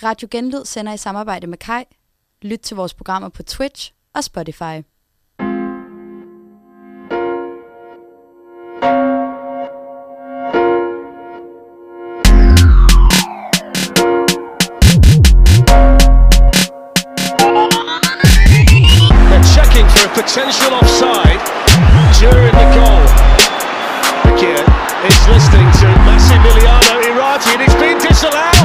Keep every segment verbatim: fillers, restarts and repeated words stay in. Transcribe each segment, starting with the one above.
Radio Genlyd sender i samarbejde med Kai. Lyt til vores programmer på Twitch og Spotify. Checking for a potential offside during the goal. Again, is listening to Massimiliano Irati and it's been disallowed.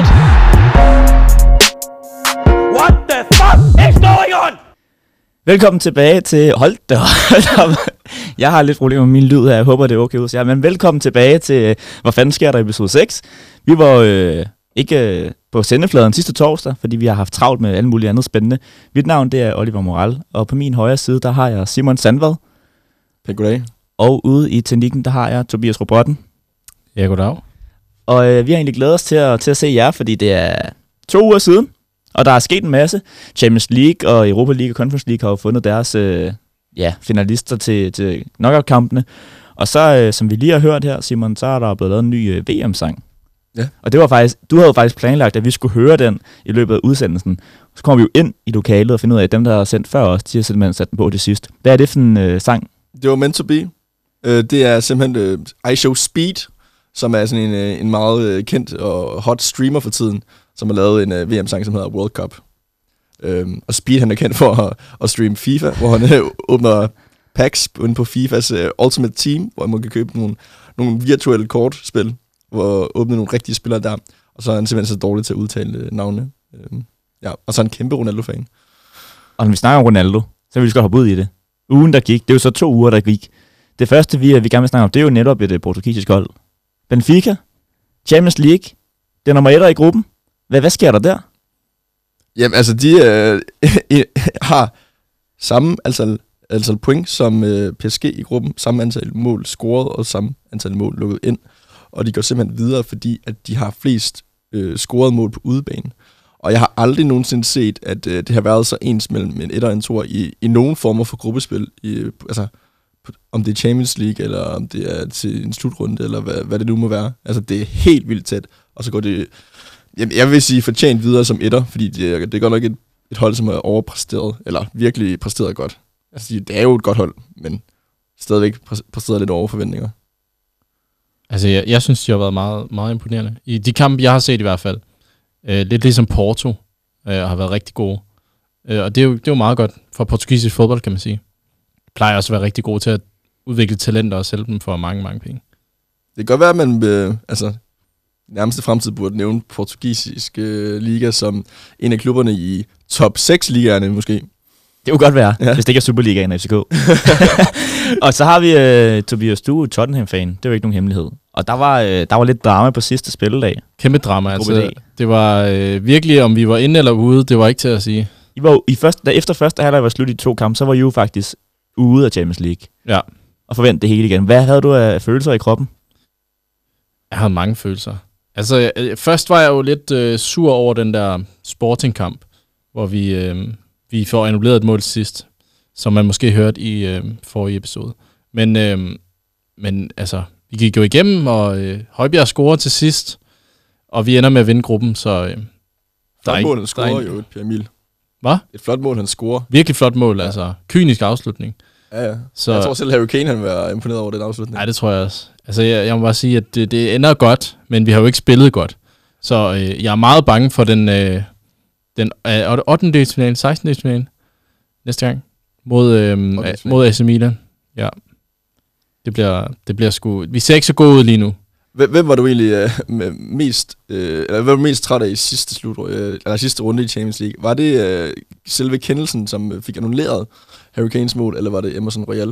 What the fuck is going on? Velkommen tilbage til... Hold da, hold da. Jeg har lidt problemer med min lyd her. Jeg håber, det er okay hos jer. Men velkommen tilbage til... Hvad fanden sker der i episode seks? Vi var øh, ikke øh, på sendefladen sidste torsdag, fordi vi har haft travlt med alle mulige andet spændende. Mit navn, det er Oliver Moral. Og på min højre side, der har jeg Simon Sandvad. Ja, goddag. Og ude i teknikken, der har jeg Tobias Robotten. Ja, goddag. Og øh, vi har egentlig glædet os til at, til at se jer, fordi det er to uger siden. Og der er sket en masse. Champions League og Europa League og Conference League har jo fundet deres øh, ja, finalister til, til knockout-kampene. Og så, øh, som vi lige har hørt her, Simon, så er der blevet lavet en ny øh, V M-sang. Ja. Og det var faktisk, du havde jo faktisk planlagt, at vi skulle høre den i løbet af udsendelsen. Så kommer vi jo ind i lokalet og finder ud af, at dem, der har sendt før os, de har simpelthen sat den på til sidst. Hvad er det for en øh, sang? Det var Meant to Be. Uh, det er simpelthen uh, I Show Speed, som er sådan en, uh, en meget uh, kendt og hot streamer for tiden, som har lavet en uh, V M-sang, som hedder World Cup. Uh, og Speed, han er kendt for at, at streame FIFA, hvor han uh, åbner packs inde på FIFAs uh, Ultimate Team, hvor man kan købe nogle, nogle virtuelle kortspil, hvor åbne nogle rigtige spillere der. Og så er han simpelthen så dårlig til at udtale uh, navne. Uh, ja. Og så er han en kæmpe Ronaldo-fan. Og når vi snakker om Ronaldo, så vil vi skal hoppe ud i det. Ugen, der gik, det er jo så to uger, der gik. Det første, vi, vi gerne vil snakke om, det er jo netop et portugisisk hold. Benfica, Champions League, det er nummer etter i gruppen. Hvad, hvad sker der der? Jamen, altså, de øh, har samme antal, antal point som øh, P S G i gruppen, samme antal mål scoret og samme antal mål lukket ind. Og de går simpelthen videre, fordi at de har flest øh, scorede mål på udebane. Og jeg har aldrig nogensinde set, at øh, det har været så ens mellem en etter og en toer i, i nogen former for gruppespil. I, altså, om det er Champions League, eller om det er til en slutrunde, eller hvad, hvad det nu må være. Altså, det er helt vildt tæt. Og så går det, jamen, jeg vil sige, fortjent videre som etter, fordi det, det er godt nok et, et hold, som er overpræsteret, eller virkelig præsteret godt. Altså, det er jo et godt hold, men stadigvæk præsteret lidt over forventninger. Altså, jeg, jeg synes, de har været meget, meget imponerende. I de kampe, jeg har set i hvert fald. Øh, lidt ligesom Porto, øh, har været rigtig gode. Øh, og det er, jo, det er jo meget godt for portugisisk fodbold, kan man sige. Plejer også at være rigtig gode til at udvikle talenter og sælge dem for mange, mange penge. Det kan godt være, at man øh, altså, nærmeste fremtid burde nævne portugisisk øh, liga som en af klubberne i top seks ligaerne måske. Det kunne godt være, ja. Hvis det ikke er Superligaen af F C K. Og så har vi øh, Tobias, du er Tottenham-fan. Det er jo ikke nogen hemmelighed. Og der var, øh, der var lidt drama på sidste spilledag. Kæmpe drama, altså. Det var øh, virkelig, om vi var inde eller ude, det var ikke til at sige. I var i første, da efter første halvleg var slut i to kampe, så var I jo faktisk ude af Champions League. Ja. Og forvente det hele igen. Hvad havde du af følelser i kroppen? Jeg havde mange følelser. Altså, jeg, først var jeg jo lidt øh, sur over den der Sporting-kamp, hvor vi, øh, vi får annulleret et mål sidst, som man måske hørte i øh, forrige episode. Men, øh, men altså, vi gik jo igennem, og øh, Højbjerg scorer til sidst, og vi ender med at vinde gruppen, så... Øh, flot mål, han scorer jo et Per Emil. Hvad? Et flot mål, han scorer. Virkelig flot mål, ja. Altså. Kynisk afslutning. Ja, ja. Så, jeg tror selv, Harry Kane han var imponeret over den afslutning. Nej, det tror jeg også. Altså, jeg, jeg må bare sige, at det, det ender godt, men vi har jo ikke spillet godt. Så øh, jeg er meget bange for den, øh, den øh, ottendedelsfinalen, sekstendedelsfinalen næste gang mod, øh, mod A C Milan. Ja. Det bliver, det bliver sgu... Vi ser ikke så gode ud lige nu. Hvem var du egentlig øh, mest, øh, eller hvad var du mest træt af i sidste slut, øh, eller sidste runde i Champions League? Var det øh, selve kendelsen, som fik annulleret Harry Kanes mål, eller var det Emerson Royal?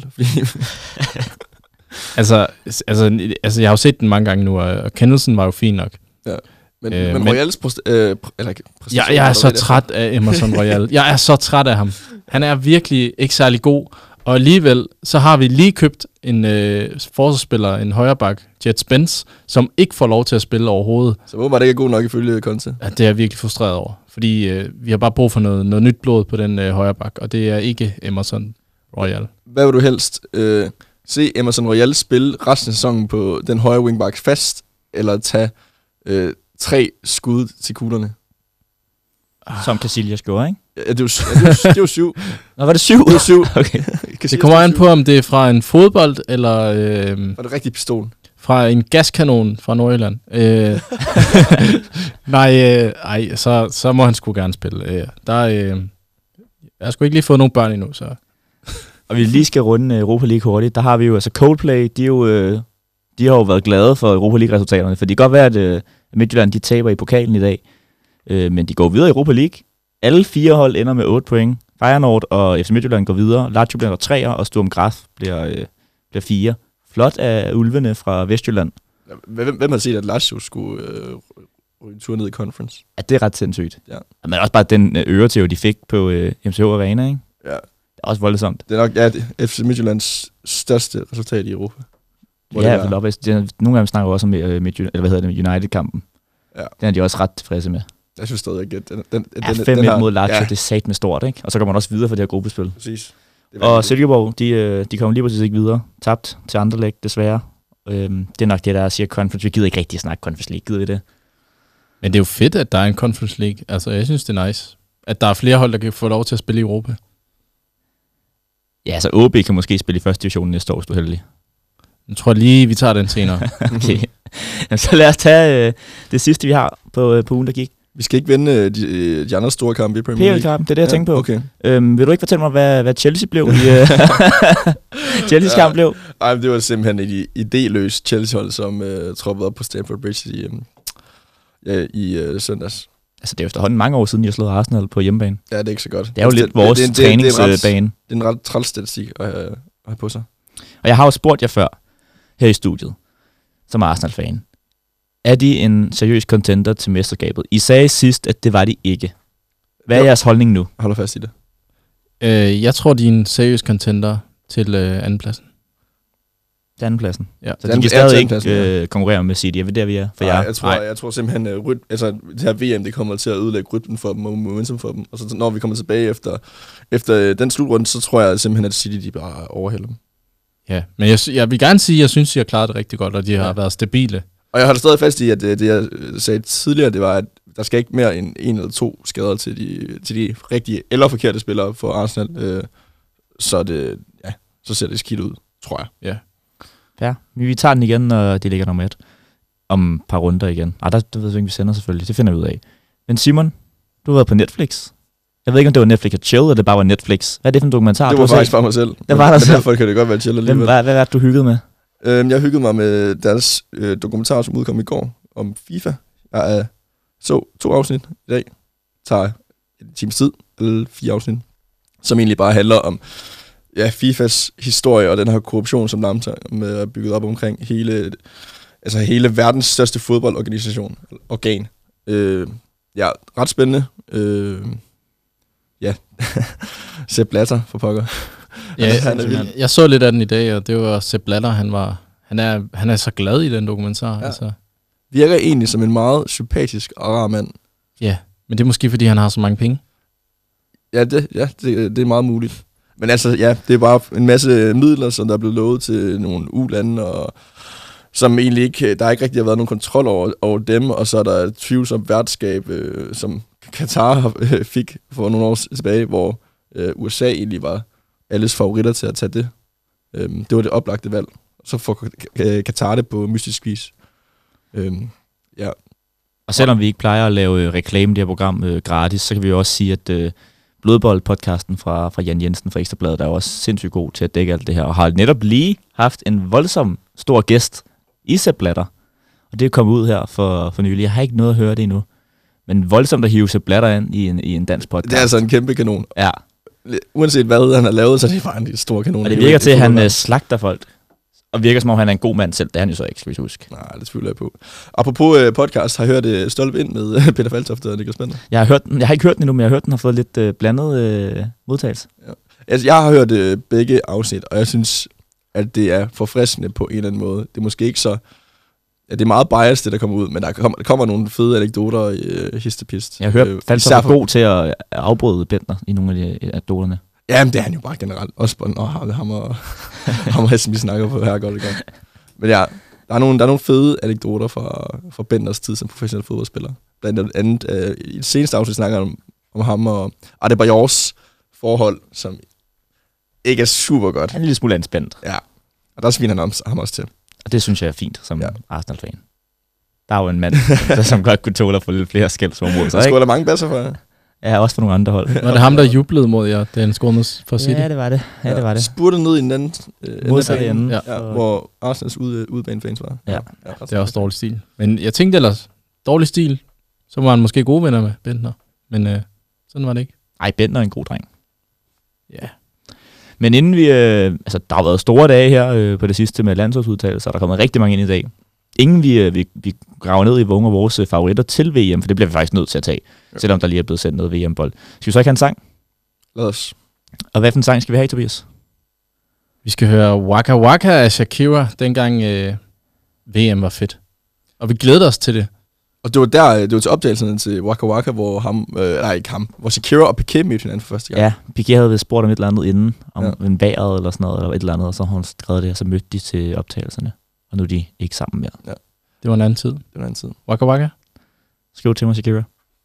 altså, altså, altså, jeg har jo set den mange gange nu, og kendelsen var jo fin nok. Ja. Men, øh, men Royals præst, øh, eller præstation... Jeg, jeg er så træt af Emerson Royal. Jeg er så træt af ham. Han er virkelig ikke særlig god. Og alligevel, så har vi lige købt en øh, forsvarsspiller, en højreback, Jet Spence, som ikke får lov til at spille overhovedet. Så hvor var det ikke god nok ifølge Conte? Ja, det er jeg virkelig frustreret over. Fordi øh, vi har bare brug for noget, noget nyt blod på den øh, højreback, og det er ikke Emerson Royal. Hvad vil du helst? Øh, se Emerson Royal spille resten af sæsonen på den højre wingback fast, eller tage øh, tre skud til kuglerne? som Casillas gjorde, ikke? Ja, det er jo, ja, det er jo, det er jo syv. Nå, var det syv? Det er syv. Okay. Det kommer an på, om det er fra en fodbold, eller øh, Var det rigtig pistol? fra en gaskanon fra Nordjylland. Øh, nej, øh, ej, så, så må han sgu gerne spille. Øh, der er, øh, jeg har sgu ikke lige fået nogen børn endnu, så... Og vi lige skal runde Europa League hurtigt. Der har vi jo altså Coldplay, de, er jo, øh, de har jo været glade for Europa League-resultaterne, for det kan godt være, at øh, Midtjylland de taber i pokalen i dag, øh, men de går videre i Europa League. Alle fire hold ender med otte point. Feyenoord og F C Midtjylland går videre. Lazio bliver treer, og Sturm Graz bliver, øh, bliver fire. Flot af ulvene fra Vestjylland. Hvem, hvem har set, at Lazio skulle øh, ryge en tur ned i conference? Ja, det er ret sindssygt. Ja. Men også bare den øh, øretæve, de fik på øh, M C H Arena, ikke? Ja. Det er også voldsomt. Det er nok ja, det F C Midtjyllands største resultat i Europa. Hvor ja, for Lopez, de, nogle af dem snakker også om øh, Midtjylland, eller hvad hedder det, United-kampen. Ja. Den er de også ret tilfredse med. Jeg synes stadig ikke, at den, den, ja, den, fem den har, mod Lazio, ja. det er sat med stort, ikke? Og så kommer man også videre for det her gruppespil. Præcis. Og Silkeborg, de, de kommer lige præcis ikke videre. Tabt til Anderlecht, desværre. Øhm, det er nok det, der siger Conference. Vi gider ikke rigtig snakke Conference League, gider vi det? Men det er jo fedt, at der er en Conference League. Altså, jeg synes, det er nice. At der er flere hold, der kan få lov til at spille i Europa. Ja, altså O B kan måske spille i første division næste år, hvis du er heldig. Jeg tror lige, vi tager den senere. Okay. Jamen, så lad os tage øh, det sidste, vi har på, øh, på ugen, der gik. Vi skal ikke vinde øh, de, de andre store kampe i Premier League. P L-kampen, det er det, jeg ja, tænker på. Okay. Øhm, vil du ikke fortælle mig, hvad, hvad Chelsea blev i... Øh, Chelsea's kamp blev? Ej, det var simpelthen et idéløst Chelsea-hold, som øh, troppede op på Stamford Bridge i, øh, ja, i øh, søndags. Altså, det er jo efterhånden mange år siden, jeg har slået Arsenal på hjemmebane. Ja, det er ikke så godt. Det er jo det, lidt vores det, det, det, træningsbane. Det, det, det er en ret træls statistik at, at have på sig. Og jeg har jo spurgt jer før, her i studiet, som Arsenal-fan. Er de en seriøs contender til mesterskabet? I sagde sidst, at det var de ikke. Hvad er jo. jeres holdning nu? Holder fast i det. øh, jeg tror, de er en seriøs contender til øh, andenpladsen. Til andenpladsen? Ja. Så de kan stadig ikke øh, konkurrere med City. Jeg ved, der vi er for Nej, jer. jeg tror, jeg tror simpelthen, at ryt, altså, det her V M det kommer til at ødelægge rytmen for dem og momentum for dem. Og så når vi kommer tilbage efter, efter den slutrunde, så tror jeg simpelthen, at City de bare overhælder dem. Ja, men jeg, jeg vil gerne sige, at jeg synes, de har klaret det rigtig godt, og de har ja. været stabile. Og jeg holder stadig fast i, at det, det jeg sagde tidligere, det var, at der skal ikke mere end en eller to skader til de, til de rigtige eller forkerte spillere for Arsenal. Øh, så, det, ja, så ser det skidt ud, tror jeg. Ja. Ja, vi tager den igen, når de ligger nummer et. Om et par runder igen. Ej, der, der ved jeg ikke, vi sender selvfølgelig. Det finder vi ud af. Men Simon, du har været på Netflix. Jeg ved ikke, om det var Netflix og chill, eller det bare var Netflix. Hvad er det for en dokumentar? Det var faktisk bare mig selv. Det var der men derfor kan det godt være chill alligevel. Hvad, hvad er det, du hyggede med? Øhm, jeg hyggede mig med deres øh, dokumentar, som udkom i går, om FIFA. Jeg øh, så to afsnit i dag. Tager en times tid, eller fire afsnit. Som egentlig bare handler om ja, FIFAs historie og den her korruption, som Lamta er bygget op omkring hele, altså hele verdens største fodboldorganisation, organ. Øh, ja, ret spændende. Øh, ja, Sepp Blatter for pokker. Ja, han er jeg, vild. jeg så lidt af den i dag, og det var Sepp Blatter, han var, han er, han er så glad i den dokumentar. Ja. Altså. Virker egentlig som en meget sympatisk og rar mand. Ja, men det er måske, fordi han har så mange penge. Ja, det, ja det, det er meget muligt. Men altså, ja, det er bare en masse midler, som der er blevet lovet til nogle u-lande, og som egentlig ikke, der ikke rigtig har været nogen kontrol over, over dem, og så er der et tvivlsomt værtskab, øh, som Katar øh, fik for nogle år tilbage, hvor øh, U S A egentlig var alles favoritter til at tage det. Øh, det var det oplagte valg. Så får Katar det på mystisk vis. Øh, ja. Og selvom vi ikke plejer at lave øh, reklame i det her program øh, gratis, så kan vi jo også sige, at øh, Blodbold-podcasten fra, fra Jan Jensen fra Ekstrabladet, der er også sindssygt god til at dække alt det her, og har netop lige haft en voldsom stor gæst, i Sepp Blatter. Og det er kommet ud her for, for nylig. Jeg har ikke noget at høre det endnu. Men voldsomt at hive Sepp Blatter ind i en, i en dansk podcast. Det er altså en kæmpe kanon. Ja. Uanset hvad han har lavet, så er det bare en stor kanon. Og det virker til, at han uh, slagter folk. Og virker som om, han er en god mand selv. Det er han jo så ikke, skal vi huske. Nej, det tvivler jeg på. Apropos uh, podcast, har jeg hørt uh, Stolpe ind med uh, Peter Faltoft og Niklas Bender. Jeg har, hørt den. Jeg har ikke hørt den endnu, men jeg har hørt, den har fået lidt uh, blandet uh, modtagelse. Ja. Altså, jeg har hørt uh, begge afsnit, og jeg synes, at det er forfriskende på en eller anden måde. Det er måske ikke så... Ja, det er meget biased, det der kommer ud, men der kommer, der kommer nogle fede anekdoter i uh, histepist. Jeg har hørt, øh, Faltoft er god til at afbryde Bender i nogle af de anekdoterne. Jamen, det er han jo bare generelt. Også på, åh, ham og, ham og Hessen, vi snakker på her godt og godt. Men ja, der er nogle, der er nogle fede anekdoter fra, fra Benders tid som professionel fodboldspiller. Blandt andet, øh, i det seneste afsnit snakker han om om ham og Adebayors forhold, som ikke er super godt. Han er en lille smule anspændt. Ja, og der sviner han ham, ham også til. Og det synes jeg er fint som ja. Arsenal-fan. Der er jo en mand, der som godt kunne tåle at få lidt flere skældsord mod sig, ikke? Der skulle der mange bedre for. Ja, også for nogle andre hold. Var det ham, der jublede mod jer, da han scorede for City? Ja, det var det. Ja, det var det. Spurgte ned i den anden øh, modsatte ende, ja. Ja, hvor Arsenals ude, udebanefans var. Ja. Ja, det er også dårlig stil. Men jeg tænkte ellers, dårlig stil, så var han måske gode venner med Bentner. Men øh, sådan var det ikke. Ej, Bentner er en god dreng. Ja. Men inden vi... Øh, altså, der har været store dage her øh, på det sidste med landsholdsudtalelser, der er kommet rigtig mange ind i dag. Ingen vi, øh, vi, vi graver ned i nogle af vores øh, favoritter til V M, for det bliver vi faktisk nødt til at tage, ja. Selvom der lige er blevet sendt noget V M-bold. Skal vi så ikke have en sang? Lad os. Og hvad for en sang skal vi have, Tobias? Vi skal høre Waka Waka af Shakira, dengang øh, V M var fedt. Og vi glæder os til det. Og det var der, det var til opdagelserne til Waka Waka, hvor ham, øh, nej ikke ham, hvor Shakira og Piqué mødte hinanden for første gang. Ja, Piqué havde vist spurgt om et eller andet inden, om ja. en vejret eller sådan noget, eller et eller andet, og så har hun skrevet det, og så mødte de til optagelserne. Og nu er de ikke sammen mere. Ja. Det var en anden tid. Det var en anden tid. Waka Waka. Skriv til mig, Shakira.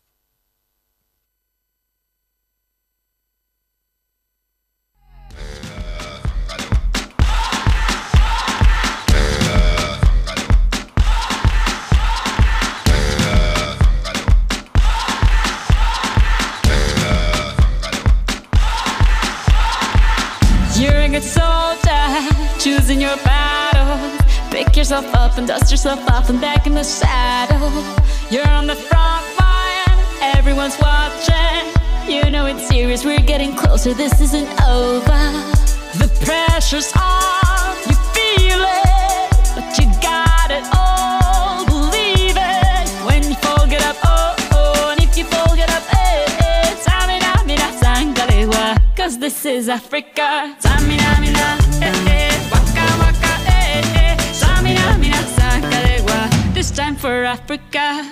You're a good soldier, choosing your battle. Pick yourself up and dust yourself off and back in the saddle. You're on the front line, everyone's watching. You know it's serious, we're getting closer, this isn't over. The pressure's on, you feel it, but you got it all, believe it. When you fall, get up, oh, oh, and if you fall, get up, eh, eh. Samina, mina, sangalewa, cause this is Africa. Samina, mina, eh, eh, waka, waka, eh, eh. Samina, mina, sangalewa, this time for Africa.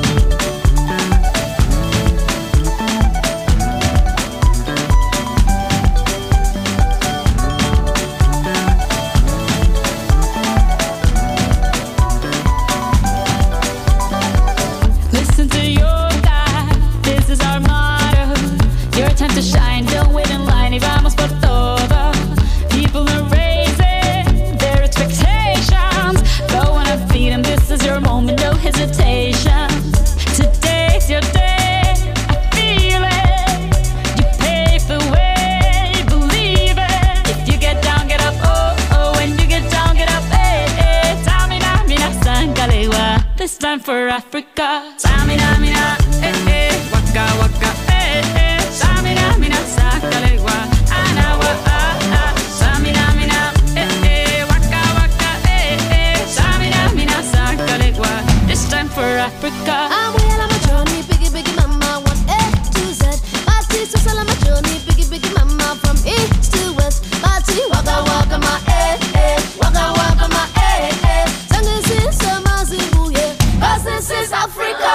Listen to your God, this is our motto. Your time to shine, don't wait in line, y vamos por todo. People are raising their expectations. Go on and feed them, this is your moment, no hesitation. Today's your day, I feel it. You pave the way, believe it. If you get down, get up, oh, oh. When you get down, get up, eh, eh. Samina, mina, sangalewa, this time for Africa. Samina, mina, eh, eh. Waka, waka, eh, eh. Samina, mina, sangalewa, anawa, ah, ah. Samina, mina, eh, eh. Waka, waka, eh, eh. Samina, mina, sangalewa, this time for Africa. I'm well on my journey, biggie, biggie, mama, one A to Z. My teeth are on my journey, biggie, biggie, mama, from east to west. My teeth, waka, waka, my eh, eh, waka, waka, my eh, eh. Sangin' sin, sama, zibu, yeah, 'cause this is Africa.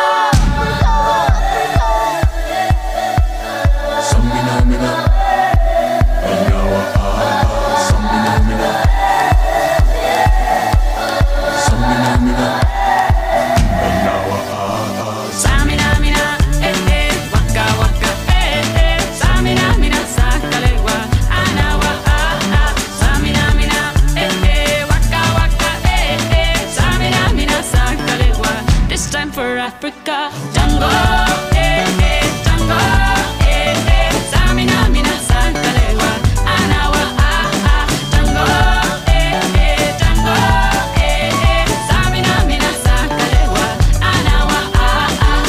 Samina, mina, anawa, ah, samina, mina, samina, mina, anawa, ah, Samina, mina, eh, eh. Waka, waka, eh, eh. Samina, mina, sangalewa, anawa, ah, ah. Samina, mina, eh, eh. Waka, waka, eh, eh. Samina, mina, sangalewa, this time for Africa. Tango, eh, eh. Tango, eh, eh. Samina, mina, sangalewa, anawa, ah, ah. Tango, eh, eh. Tango, eh, eh. Samina, mina, sangalewa, anawa, ah, ah.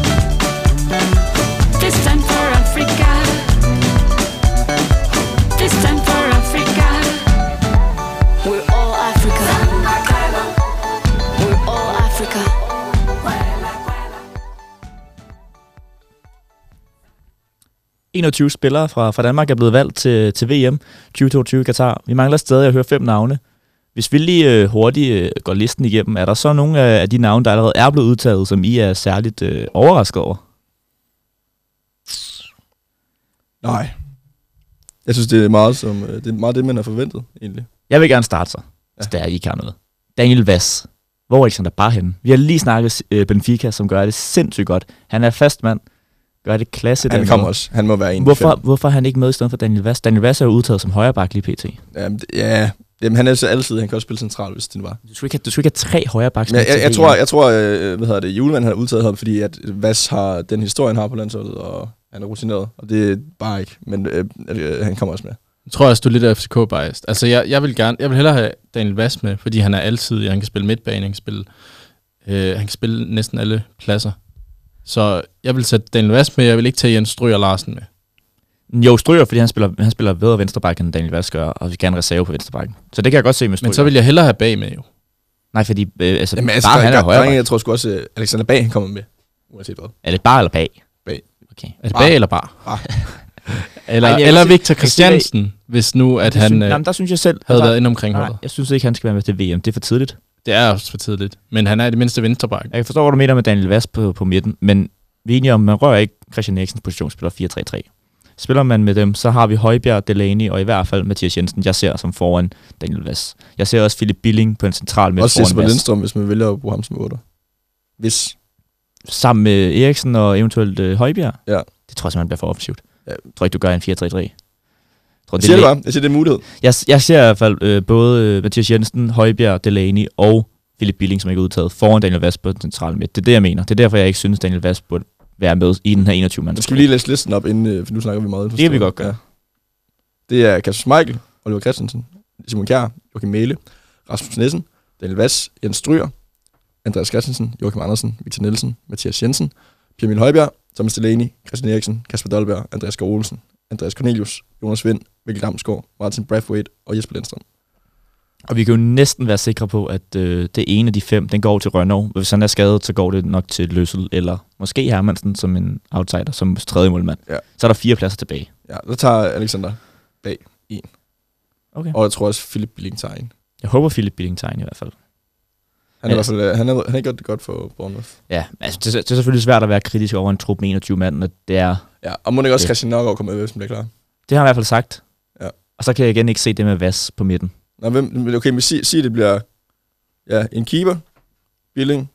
This time for Africa. This time for Africa. We're all Africa. We're all Africa. enogtyve spillere fra, fra Danmark er blevet valgt til, til V M tyve toogtyve i Katar. Vi mangler stadig at høre fem navne. Hvis vi lige øh, hurtigt øh, går listen igennem, er der så nogle af, af de navne, der allerede er blevet udtaget, som I er særligt øh, overrasket over? Nej. Jeg synes, det er meget, som, øh, det, er meget det, man har forventet, egentlig. Jeg vil gerne starte så, hvis ja. der I kan noget. Daniel Vass. Hvor er Alexander Bare henne? Vi har lige snakket øh, Benfica, som gør det sindssygt godt. Han er fast mand. gør det klasse. Han kommer også. Han må være en. Hvorfor, hvorfor er han ikke med i stedet for Daniel Vass? Daniel Vass er jo udtaget som højreback lige pt. Jamen, det- ja, jamen, han er så altid, han kan også spille central, hvis det var. Du skulle ikke, du skulle ikke have tre højrebacks. Men med jeg, jeg, til jeg V M. tror, jeg tror, øh, hvad hedder det, Julemand har udtaget ham, fordi at Vass har den historie, han har på landsholdet, og han er rutineret, og det er bare ikke, men øh, øh, han kommer også med. Jeg tror også, du er lidt F C K-biased. Altså, jeg, jeg vil gerne, jeg vil hellere have Daniel Vass med, fordi han er altid, han kan spille midtbane, han kan spille, øh, han kan spille næsten alle pladser. Så jeg vil sætte Daniel Vass med, jeg vil ikke tage Jens Stryger Larsen med. Jo, Stryger, fordi han spiller, han spiller bedre venstreback, end Daniel Vass gør, og vi kan gerne reserve på venstrebacken. Så det kan jeg godt se med Stryger. Men så vil jeg hellere have bag med, jo. Nej, fordi øh, altså, Jamen, altså, bare der, han er der, der, højreback. jeg tror sgu også, uh, Alexander Bag, han kommer med, uanset hvad. Er det bare eller bag? Bag. Okay. Er det bag eller bar? Bar. eller Ej, jeg eller kan se- Victor jeg kan se- Christiansen, hvis nu, at Det han synes, øh, jamen, der synes jeg selv... havde der- været inde omkring Nej, holdet. jeg synes ikke, han skal være med til V M. Det er for tidligt. Det er også for tidligt. Men han er i det mindste venstreback. Jeg kan forstå, hvad du mener med Daniel Vass på, på midten, men vi er enige om, man rører ikke Christian Eriksens positionsspiller fire tre tre. Spiller man med dem, så har vi Højbjerg, Delaney og i hvert fald Mathias Jensen, jeg ser som foran Daniel Vass. Jeg ser også Philip Billing på en central midt Også foran Jesper Vass. Lindstrøm, hvis man vælger at bruge ham som otter. Hvis. Sammen med Eriksen og eventuelt øh, Højbjerg. Ja. Det tror jeg simpelthen bliver for offensivt. Ja. Jeg tror ikke, du gør en fire tre tre. Jeg tror, Jeg det siger er det læ- bare. Jeg siger, det er en mulighed. jeg, jeg ser i hvert fald øh, både øh, Mathias Jensen, Højbjerg, Delaney og Philip Billing, som ikke er udtaget, foran Daniel Vass på den centrale midt. Det er det, jeg mener. Det er derfor, jeg ikke synes, Daniel Vass burde være med i den her enogtyve-mands. Så skal vi lige læse listen op, inden, øh, for nu snakker vi meget. Det kan vi godt gøre. Ja. Det er Kasper Schmeichel, Oliver Christensen, Simon Kjær, Joachim Mæhle, Rasmus Nielsen, Daniel Vass, Jens Stryger, Andreas Christensen, Joachim Andersen, Victor Nielsen, Mathias Jensen, Pierre Emil Højbjerg, Thomas Delaney, Christian Eriksen, Kasper Dolberg, Andreas Skov Olsen, Andreas Cornelius, Jonas Vind, Mikkel Damsgaard, Martin Brathwaite og Jesper Lindstrøm. Og vi kan jo næsten være sikre på, at øh, det ene af de fem, den går til Rønnow. Hvis han er skadet, så går det nok til Løssel, eller måske Hermansen som en outsider, som tredje målmand. Ja. Så er der fire pladser tilbage. Ja, der tager Alexander bag en. Okay. Og jeg tror også, Philip Billing tager en. Jeg håber, Philip Billing tager en i hvert fald. Han er Ja, i hvert fald, øh, han har, han har gjort det godt for Bournemouth. Ja, altså det, er- det er selvfølgelig svært at være kritisk over en trup med enogtyve mand, og det er... Ja, og må ikke også Okay. Christian Nørgaard komme med, hvis han bliver klar. Det har jeg i hvert fald sagt. Ja. Og så kan jeg igen ikke se det med Vass på midten. Nå, hvem, okay, men sig, sig det bliver ja, en keeper, Billing,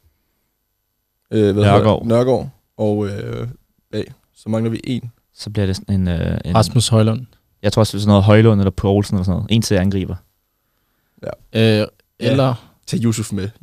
øh, hvad Nørgaard. hedder- Nørgaard og øh, bag. Så mangler vi en. Så bliver det sådan en... Øh, en Rasmus Højlund. jeg tror også, det er sådan noget Højlund eller Poulsen eller sådan noget. En til angriber. Øh, eller... Tag Yusuf med.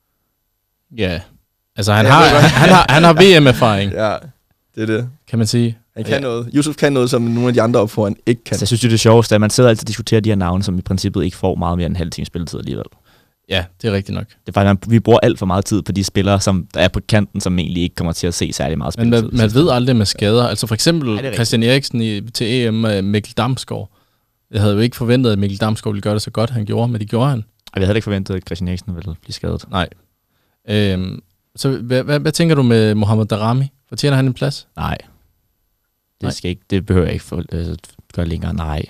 Ja. Altså, han Ja, har, jeg ved godt. han, han har, han har V M-erfaring, Ja, det er det. kan man sige. Han kan Ja. noget. Yusuf kan noget, som nogle af de andre op foran ikke kan. Så jeg synes jo, det er sjovest, at man sidder altid og diskuterer de her navne, som i princippet ikke får meget mere end en halv time spilletid alligevel. Ja, det er rigtigt nok. Det er faktisk, man, vi bruger alt for meget tid på de spillere, som der er på kanten, som egentlig ikke kommer til at se særlig meget Men spilletid. man, man ved aldrig med skader. Altså for eksempel det er rigtigt. Christian Eriksen i, til E M med Mikkel Damsgaard. Jeg havde jo ikke forventet, at Mikkel Damsgaard ville gøre det så godt, han gjorde, men det gjorde han. Og jeg havde ikke forventet, at Christian Eriksen ville blive skadet. Nej. Øhm, så hvad, hvad, hvad tænker du med Mohamed Darami? Fortjener han en plads? Nej. Det, Nej. skal ikke, det behøver jeg ikke for, øh, gøre længere. Nej.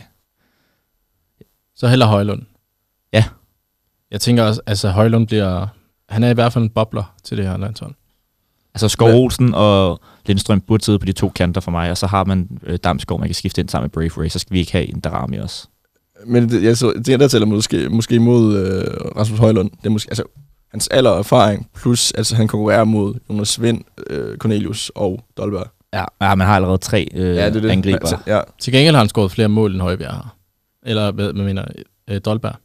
Så heller Højlund. Ja. Jeg tænker også, altså Højlund bliver... Han er i hvert fald en bobler til det her landshold. Altså Skov Olsen og Lindstrøm burde sidde på de to kanter for mig, og så har man øh, Damsgaard, man kan skifte ind sammen med Braithwaite, så skal vi ikke have en Darami også. Men det, jeg, så, det der tæller måske, måske mod øh, Rasmus Højlund. Det er måske, altså, hans alder og erfaring, plus altså, han konkurrerer mod Jonas Vind, øh, Cornelius og Dolberg. Ja, ja man har allerede tre øh, Ja, det er det. angriber. Altså, ja. Til gengæld har han scoret flere mål, end Højbjerg har. Eller, hvad man mener, øh, Dolberg.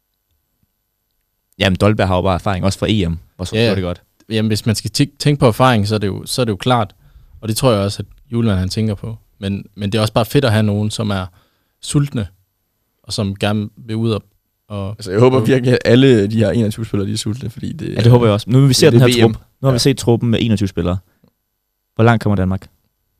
Jamen, Dolberg har jo bare erfaring, også fra E M, og så Ja, ja. gør det godt. Jamen, hvis man skal t- tænke på erfaring, så er, det jo, så er det jo klart. Og det tror jeg også, at Julian han tænker på. Men, men det er også bare fedt at have nogen, som er sultne, og som gerne vil ud og... og Altså, jeg håber virkelig, at alle de her enogtyve spillere, de er sultne, fordi det... Ja, det håber jeg også. Nu vil vi se det den er her V M. trup. Nu har Ja. vi set truppen med enogtyve spillere. Hvor langt kommer Danmark?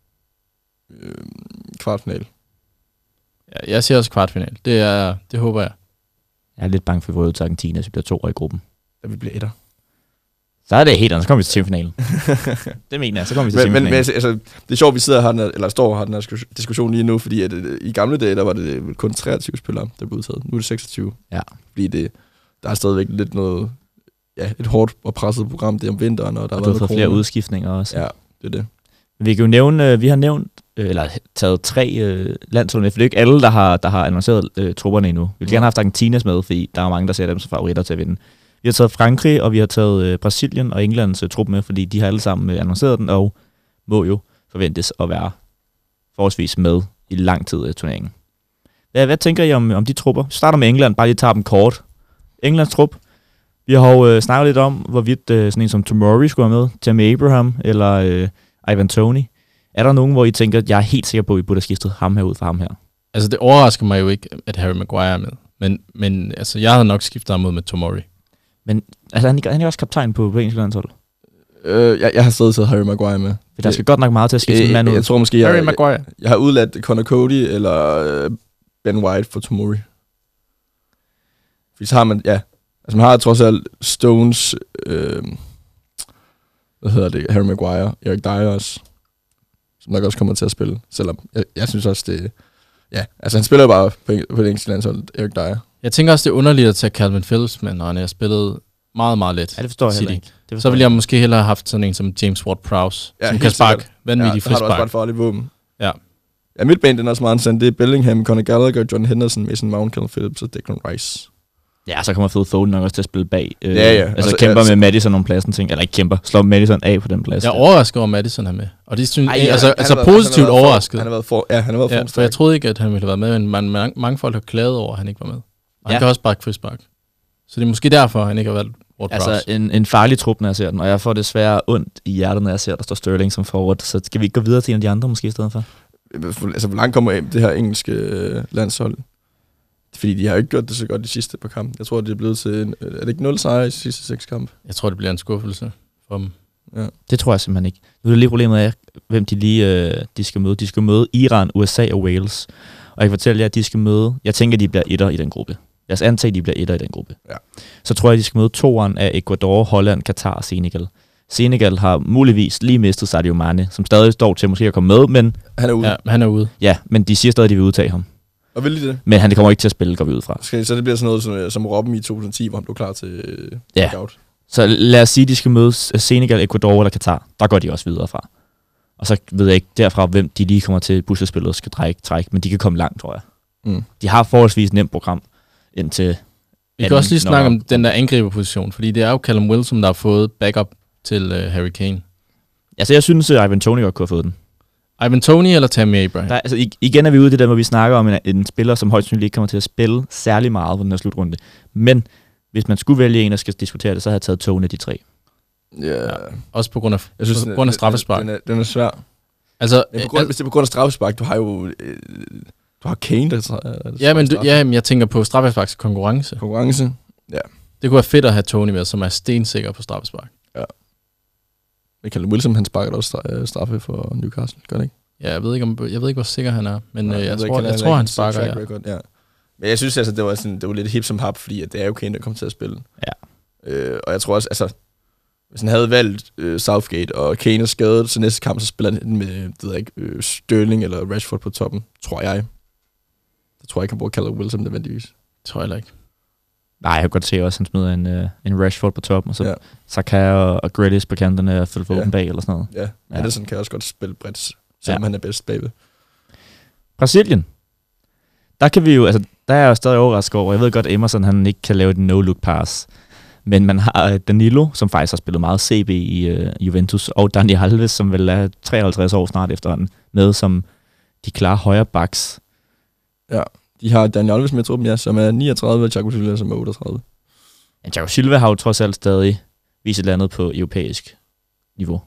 Øh, kvartfinal. Ja, jeg siger også kvartfinal. Det, er, det håber jeg. Jeg er lidt bange for, at vi går ud til Argentina, så vi bliver to i gruppen. Da vi bliver etter. Så er det helt andet, så kommer vi til semifinalen. Det mener jeg, så kommer vi til Men, men, men semifinalen. altså, altså, det er sjovt, vi sidder og har den her, eller står og har den her diskussion lige nu, fordi at, øh, i gamle dage, der var det kun treogtyve spillere, der blev udtaget. Nu er det seksogtyve. Ja. Fordi det, der er stadigvæk lidt noget, ja, et hårdt og presset program, det er om vinteren, og der Og har du har været fået noget flere corona. udskiftninger også. Ja, det er det. Vi kan jo nævne, øh, vi har nævnt, øh, eller taget tre øh, landshold med, for det er ikke alle, der har, der har annonceret øh, trupperne endnu. Vi vil gerne have haft Argentinas med, fordi der er mange, der ser dem som favoritter til at vinde. Vi har taget Frankrig, og vi har taget øh, Brasilien og Englands øh, trup med, fordi de har alle sammen øh, annonceret den, og må jo forventes at være forholdsvis med i lang tid af turneringen. Hvad, hvad tænker I om, om de trupper? Vi starter med England, bare lige tager dem kort. Englands trup. Vi har jo øh, snakket lidt om, hvorvidt øh, sådan en som Tomori skulle være med, Tammy Abraham eller øh, Ivan Toney. Er der nogen, hvor I tænker, at jeg er helt sikker på, at I burde have skiftet ham her ud fra ham her? Altså, det overrasker mig jo ikke, at Harry Maguire er med. Men, men altså, jeg havde nok skiftet ham ud med Tomori. Men altså, han, han er også kaptajn på, på engelsk landshold. Øh, jeg, jeg har stadig taget Harry Maguire med. For der skal godt nok meget til at skifte en jeg, mand ud. jeg tror måske, jeg, Harry Maguire. jeg, jeg har udladt Connor Cody eller øh, Ben White for Tomori. Fordi så har man, ja, altså man har trods alt Stones, øh, hvad hedder det, Harry Maguire, Eric Dyer også, som nok også kommer til at spille. Selvom jeg, jeg synes også, det ja, altså han spiller jo bare på, på det engelske landshold, Eric Dyer. Jeg tænker også, det er underligt at tage Calvin Phillips med, når han har spillet meget, meget let. Ja, det forstår jeg City. heller ikke. Det forstår Så ville jeg måske hellere have haft sådan en som James Ward-Prowse, Ja, som helt kan sparke sikkert. vanvittigt Ja, der har du også bare frispark. et farligt våben. Ja. Ja, midtbanen den er også meget interessant. Det er Bellingham, Conor Gallagher, John Henderson, Mason Mount, Calvin Phillips og Declan Rice. Ja, så kommer Phil Foden nok også til at spille bag. Øh, Ja, ja. Altså, Altså, kæmper altså- med Madison om pladsen, ting. Eller ikke kæmper, slår Madison af på den plads. Jeg er overrasket over, at Madison er med. Og det synes Ej, jeg, ja, altså, han har altså været- han positivt har været for- overrasket. Han har været for, ja, han har været Ja, for, for jeg troede ikke, at han ville have været med, men man, man, mange folk har klaget over, at han ikke var med. Og han Ja. kan også sparke frispark. Så det er måske derfor, han ikke har valgt Ward-Prowse. Altså en, en farlig trup, når jeg ser den, og jeg får desværre ondt i hjertet, når jeg ser, der står Sterling som forward. Så skal vi ikke gå videre til en af de andre måske i stedet for? Altså, hvor langt kommer det her engelske øh, landshold? Fordi de har jo ikke gjort det så godt de sidste par kampe. Jeg tror, det er blevet til en, er det ikke nul sejre i de sidste seks kampe? Jeg tror, det bliver en skuffelse for dem. Ja. Det tror jeg simpelthen ikke. Nu er det lige problemet af, hvem de lige øh, de skal møde. De skal møde Iran, U S A og Wales. Og jeg kan fortælle jer, at de skal møde... Jeg tænker, at de bliver etter i den gruppe. Lad os antage, at de bliver etter i den gruppe. Ja. Så tror jeg, at de skal møde toeren af Ecuador, Holland, Katar og Senegal. Senegal har muligvis lige mistet Sadio Mane, som stadig står til måske at komme med, men Han er ude. Ja, han er ude. ja, men de siger stadig, at de vil udtage ham. Og vil de det? Men han kommer ikke til at spille, går vi ud fra. Skal, så det bliver sådan noget som, som Robben i to tusind og ti, hvor han blev klar til øh, Ja. knockout. Så lad os sige, at de skal møde Senegal, Ecuador eller Katar. Der går de også videre fra. Og så ved jeg ikke derfra, hvem de lige kommer til puslespillet og skal trække, trække, men de kan komme langt, tror jeg. Mm. De har forholdsvis nemt program indtil... Vi kan også lige snakke om den der angriberposition, fordi det er jo Callum Wilson, der har fået backup til uh, Harry Kane. Altså, jeg synes, at Ivan Toney godt kunne have fået den. Ivan Toney eller Tammy Abraham? Der, er- altså, ig- igen er vi ude i det der, hvor vi snakker om en, en spiller, som højst sandsynligt ikke kommer til at spille særlig meget på den her slutrunde. Men hvis man skulle vælge en, der skal diskutere det, så havde jeg taget Toney de tre. Ja. Ja. Også på grund af, Jeg synes, på grund af straffespark. Den, den, er, den er svær. Altså, Men på grund, al- hvis det er på grund af straffespark, du har jo... Øh, du har Kane, der er ja, men, du, ja, men jeg tænker på straffesparks konkurrence. konkurrence. Det kunne være fedt at have Toney med, som er stensikker på straffespark. Michael Wilson, han sparker da også stra- øh, straffe for Newcastle, gør det ikke? Ja, jeg ved ikke, om, jeg ved ikke hvor sikker han er, men Nej, øh, jeg, ved tror, ikke, jeg, er tror, han ikke sparker, track ja. record, ja. Men jeg synes altså, det var, sådan, det var lidt hip som hap, fordi at det er jo Kane, der kommer til at spille. Ja. Øh, og jeg tror også, altså, hvis han havde valgt øh, Southgate, og Kane er skadet, så næste kamp, så spiller han med, det ved jeg ikke, øh, Sterling eller Rashford på toppen, tror jeg. Jeg tror ikke, han bruger Callum Wilson nødvendigvis. Tror jeg heller ikke. Nej, jeg kan godt se også, at han smider en, uh, en Rashford på toppen, og så Ja. ja. Saka og, og Grealish på kanterne og Phil Foden Ja. ja. bag eller sådan noget. Ja, Ja. Anderson kan også godt spille bredt, selvom Ja. han er bedst bagved. Brasilien. Der kan vi jo, altså, der er jeg jo stadig overrasket over. Jeg ved godt, at Emerson han ikke kan lave et no-look pass. Men man har øh, Danilo, som faktisk har spillet meget C B i uh, Juventus, og Dani Alves, som vel er treoghalvtreds år snart efterhånden, med som de klare højre backs. Ja, de har Daniel Alves med i truppen, ja, som er niogtredive, og Thiago Silva, som er otteogtredive. Ja, Thiago Silva har jo trods alt stadig vist et eller andet på europæisk niveau.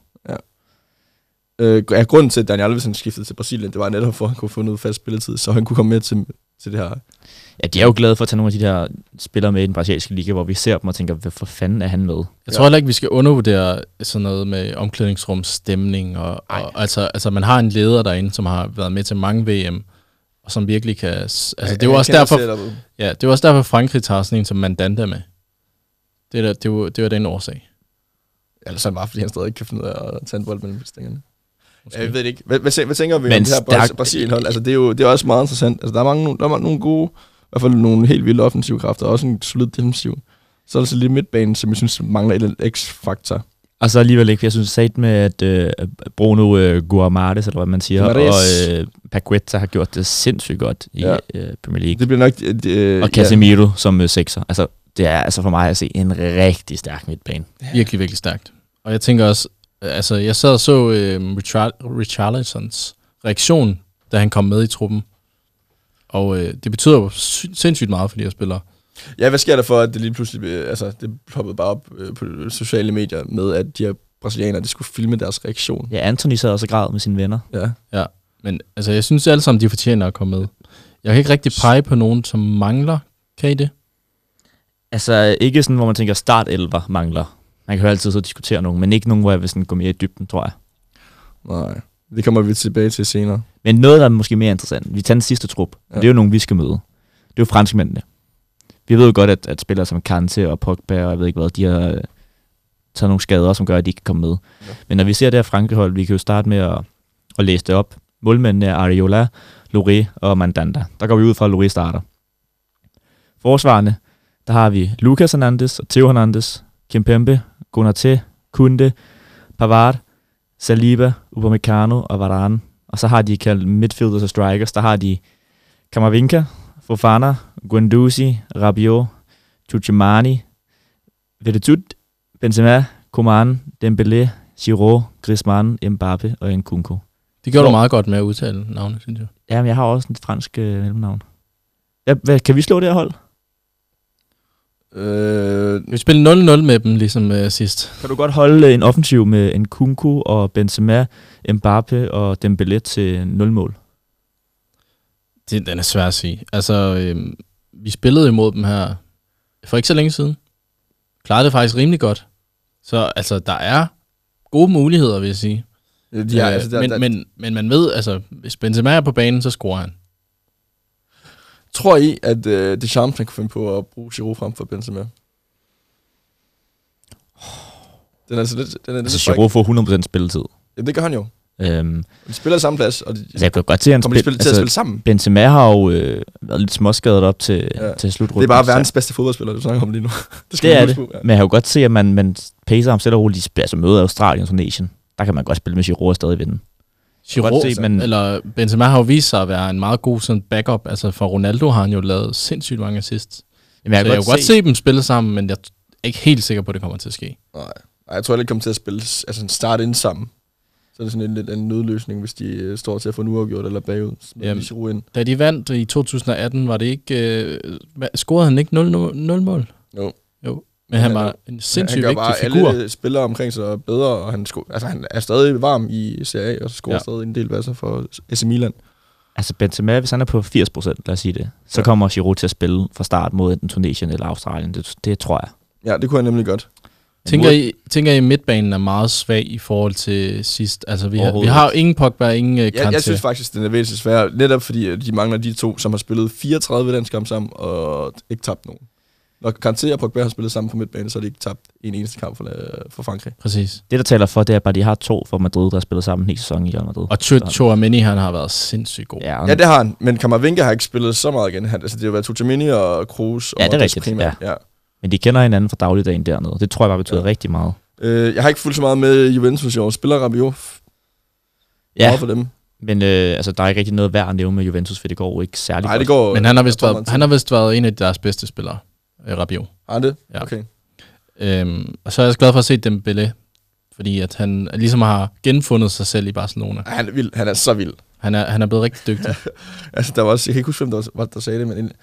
Øh, ja, grunden til, at Daniel Alves han skiftede til Brasilien, det var netop for, at han kunne få noget fast spilletid, så han kunne komme med til, til det her. Ja, de er jo glade for at tage nogle af de der spillere med i den brasilianske liga, hvor vi ser dem og tænker, hvad for fanden er han med? Jeg Ja. tror heller ikke, vi skal undervurdere sådan noget med omklædningsrumsstemning. Og, og, altså, altså, man har en leder derinde, som har været med til mange V M, og som virkelig kan... Altså, det er jo også derfor, ja, det er også derfor, Frankrig tager sådan en som Mandanda med. Det er, der, det er, jo, det er jo den årsag. Eller så er det bare, fordi han stadig ikke kan finde ud af at tage en bold mellem stængerne. Ja, jeg ved det ikke. Hvad, hvad, hvad tænker vi Men om det her stærk- Brasilien-hold? Altså, det er jo det er også meget interessant. Altså, der er mange, der er nogle gode, i hvert fald nogle helt vilde offensive kræfter, og også en solid defensiv. Så er der så lidt midtbanen, som jeg synes mangler et x-faktor. Og så alligevel ikke, for jeg synes sagt med, at øh, Bruno øh, Guimaraes, eller hvad man siger, Guimaraes. og øh, Paqueta har gjort det sindssygt godt i Ja. øh, Premier League. Det bliver nok... Det, øh, Og Casemiro ja. som øh, sekser. Altså, det er altså for mig at se en rigtig stærk midtbane. Virkelig, virkelig stærkt. Og jeg tænker også, Altså, jeg sad og så øh, Richar- Richarlisons reaktion, da han kom med i truppen. Og øh, det betyder jo sy- sindssygt meget for de her spillere. Ja, hvad sker der for, at det lige pludselig, øh, altså det poppede bare op øh, på sociale medier med, at de her brasilianere, de skulle filme deres reaktion. Ja, Anthony sad også og græd med sine venner. Ja. Ja, men altså, jeg synes alle sammen, de fortjener at komme med. Jeg kan ikke rigtig pege på nogen, som mangler. Kan I det? Altså ikke sådan, hvor man tænker, start elver mangler. Man kan jo altid så diskutere nogen, men ikke nogen, hvor jeg vil sådan gå mere i dybden, tror jeg. Nej, det kommer vi tilbage til senere. Men noget, der er måske mere interessant. Vi tager den sidste trup, ja. Det er jo nogen, vi skal møde. Det er jo franskmændene. Vi ved jo godt, at, at spillere som Kante og Pogba og jeg ved ikke hvad, de har øh, taget nogle skader, som gør, at de ikke kan komme med. Ja. Men når vi ser det her Frankrig-hold, vi kan jo starte med at, at læse det op. Målmændene er Areola, Loré og Mandanda. Der går vi ud fra, at Loré starter. Forsvarende, der har vi Lucas Hernandez og Theo Hernandez, Kimpembe, Konaté, Kunde, Pavard, Saliba, Upamecano og Varane. Og så har de kaldt midfielders og strikers. Der har de Camavinga, Fofana, Guendouzi, Rabiot, Tchouameni, Veretout, Benzema, Coman, Dembélé, Giroud, Griezmann, Mbappé og Nkunku. Det gjorde du meget godt med at udtale navnet, synes jeg. Jamen, jeg har også et fransk øh, mellemnavn. Ja, hvad, kan vi slå det her hold? Øh, Vi spiller nul nul med dem, ligesom øh, sidst. Kan du godt holde en offensiv med Nkunku og Benzema, Mbappé og Dembélé til nul mål? Det, den er svær at sige. Altså, øh, vi spillede imod dem her for ikke så længe siden. Klarede det faktisk rimelig godt. Så altså, der er gode muligheder, vil jeg sige. de er, øh, altså, der, men, der, men, men man ved, altså, hvis Benzema er på banen, så scorer han. tror I, at øh, Deschamps kan finde på at bruge Giroud frem for Benzema? Den er altså lidt... Den er Altså, lidt Giroud får hundrede procent spilletid. Ja, det gør han jo. Øhm, De spiller samme plads, og de altså, jeg kan godt se, at han kommer de spil, spil, til at spille altså, sammen. Benzema har jo øh, været lidt småskadet op til, Ja. ja. til slutrunden. Det er bare verdens bedste fodboldspiller, du snakker om lige nu. det skal Det man er huske det, på, ja. men jeg kan jo godt se, at man, man pacer ham selv og roligt. De altså, møder Australien som nation. Der kan man godt spille med Giroud og stadig vinde. Giroud, se, men- eller Benzema har jo vist sig at være en meget god sådan backup. Altså for Ronaldo har han jo lavet sindssygt mange assists. Jamen, Så jeg kan godt se dem spille sammen, men jeg er ikke helt sikker på, at det kommer til at ske. Nej. Nej, jeg tror heller ikke kommer til at spille, altså en start ind sammen. Så er det sådan en lidt en nødløsning, hvis de øh, står til at få en uafgjort eller bagud. Jamen, Giroud ind. Da de vandt i to tusind atten, var det ikke... Øh, hvad- scorede han ikke nul mål? Jo. Jo. Men han Han var er- en sindssygt han gør vigtig bare figur. alle spillere omkring sig bedre, og han, sko- altså, han er stadig varm i Serie A, og scorer Ja. ja. stadig en del vasser for A C Milan. Altså Benzema, hvis han er på firs procent, lad os sige det, så Ja. kommer Giroud til at spille fra start mod enten Tunesien eller Australien. Det, det tror jeg. Ja, det kunne han nemlig godt. Tænker I, tænker I, at midtbanen er meget svag i forhold til sidst? Altså, vi har, vi Overhovedet har jo ingen Pogba, ingen uh, Kante. Jeg, jeg synes faktisk, den er væsentligt svær, netop fordi at de mangler de to, som har spillet fireogtredive landskampe sammen, og ikke tabt nogen. Når Kanté og Pogba har spillet sammen på midtbanen, så har de ikke tabt en eneste kamp for, for Frankrig. Præcis. Det, der taler for, det er bare, at de har to for Madrid, der har spillet sammen en hel sæson i Real Madrid. Og Tchouameni, han har været sindssygt god. Ja, og Ja, det har han, men Camavinga har ikke spillet så meget igen. Han, altså, det har været Tchouameni og Kroos. Ja, og det er Modric rigtigt, primært. Ja. men de kender hinanden fra dagligdagen dernede. Det tror jeg bare betyder Ja. ja. rigtig meget. Øh, jeg har ikke fulgt så meget med Juventus i år. Spiller Rabiot Ja, meget for dem? men øh, altså, der er ikke rigtig noget værd at nævne med Juventus, for det går jo ikke særlig Nej, det godt. går... Men han har vist kommer været, til. han har vist været en af deres bedste spillere, øh, Rabiot. Har han det? Ja. Okay. Øhm, og så er jeg også glad for at se Dembélé, fordi at han ligesom har genfundet sig selv i Barcelona. Ej, han er vild. Han er så vild. Han er, han er blevet rigtig dygtig. Altså, der var også... Jeg kan ikke huske, hvem der, var, var, der sagde det, men en, en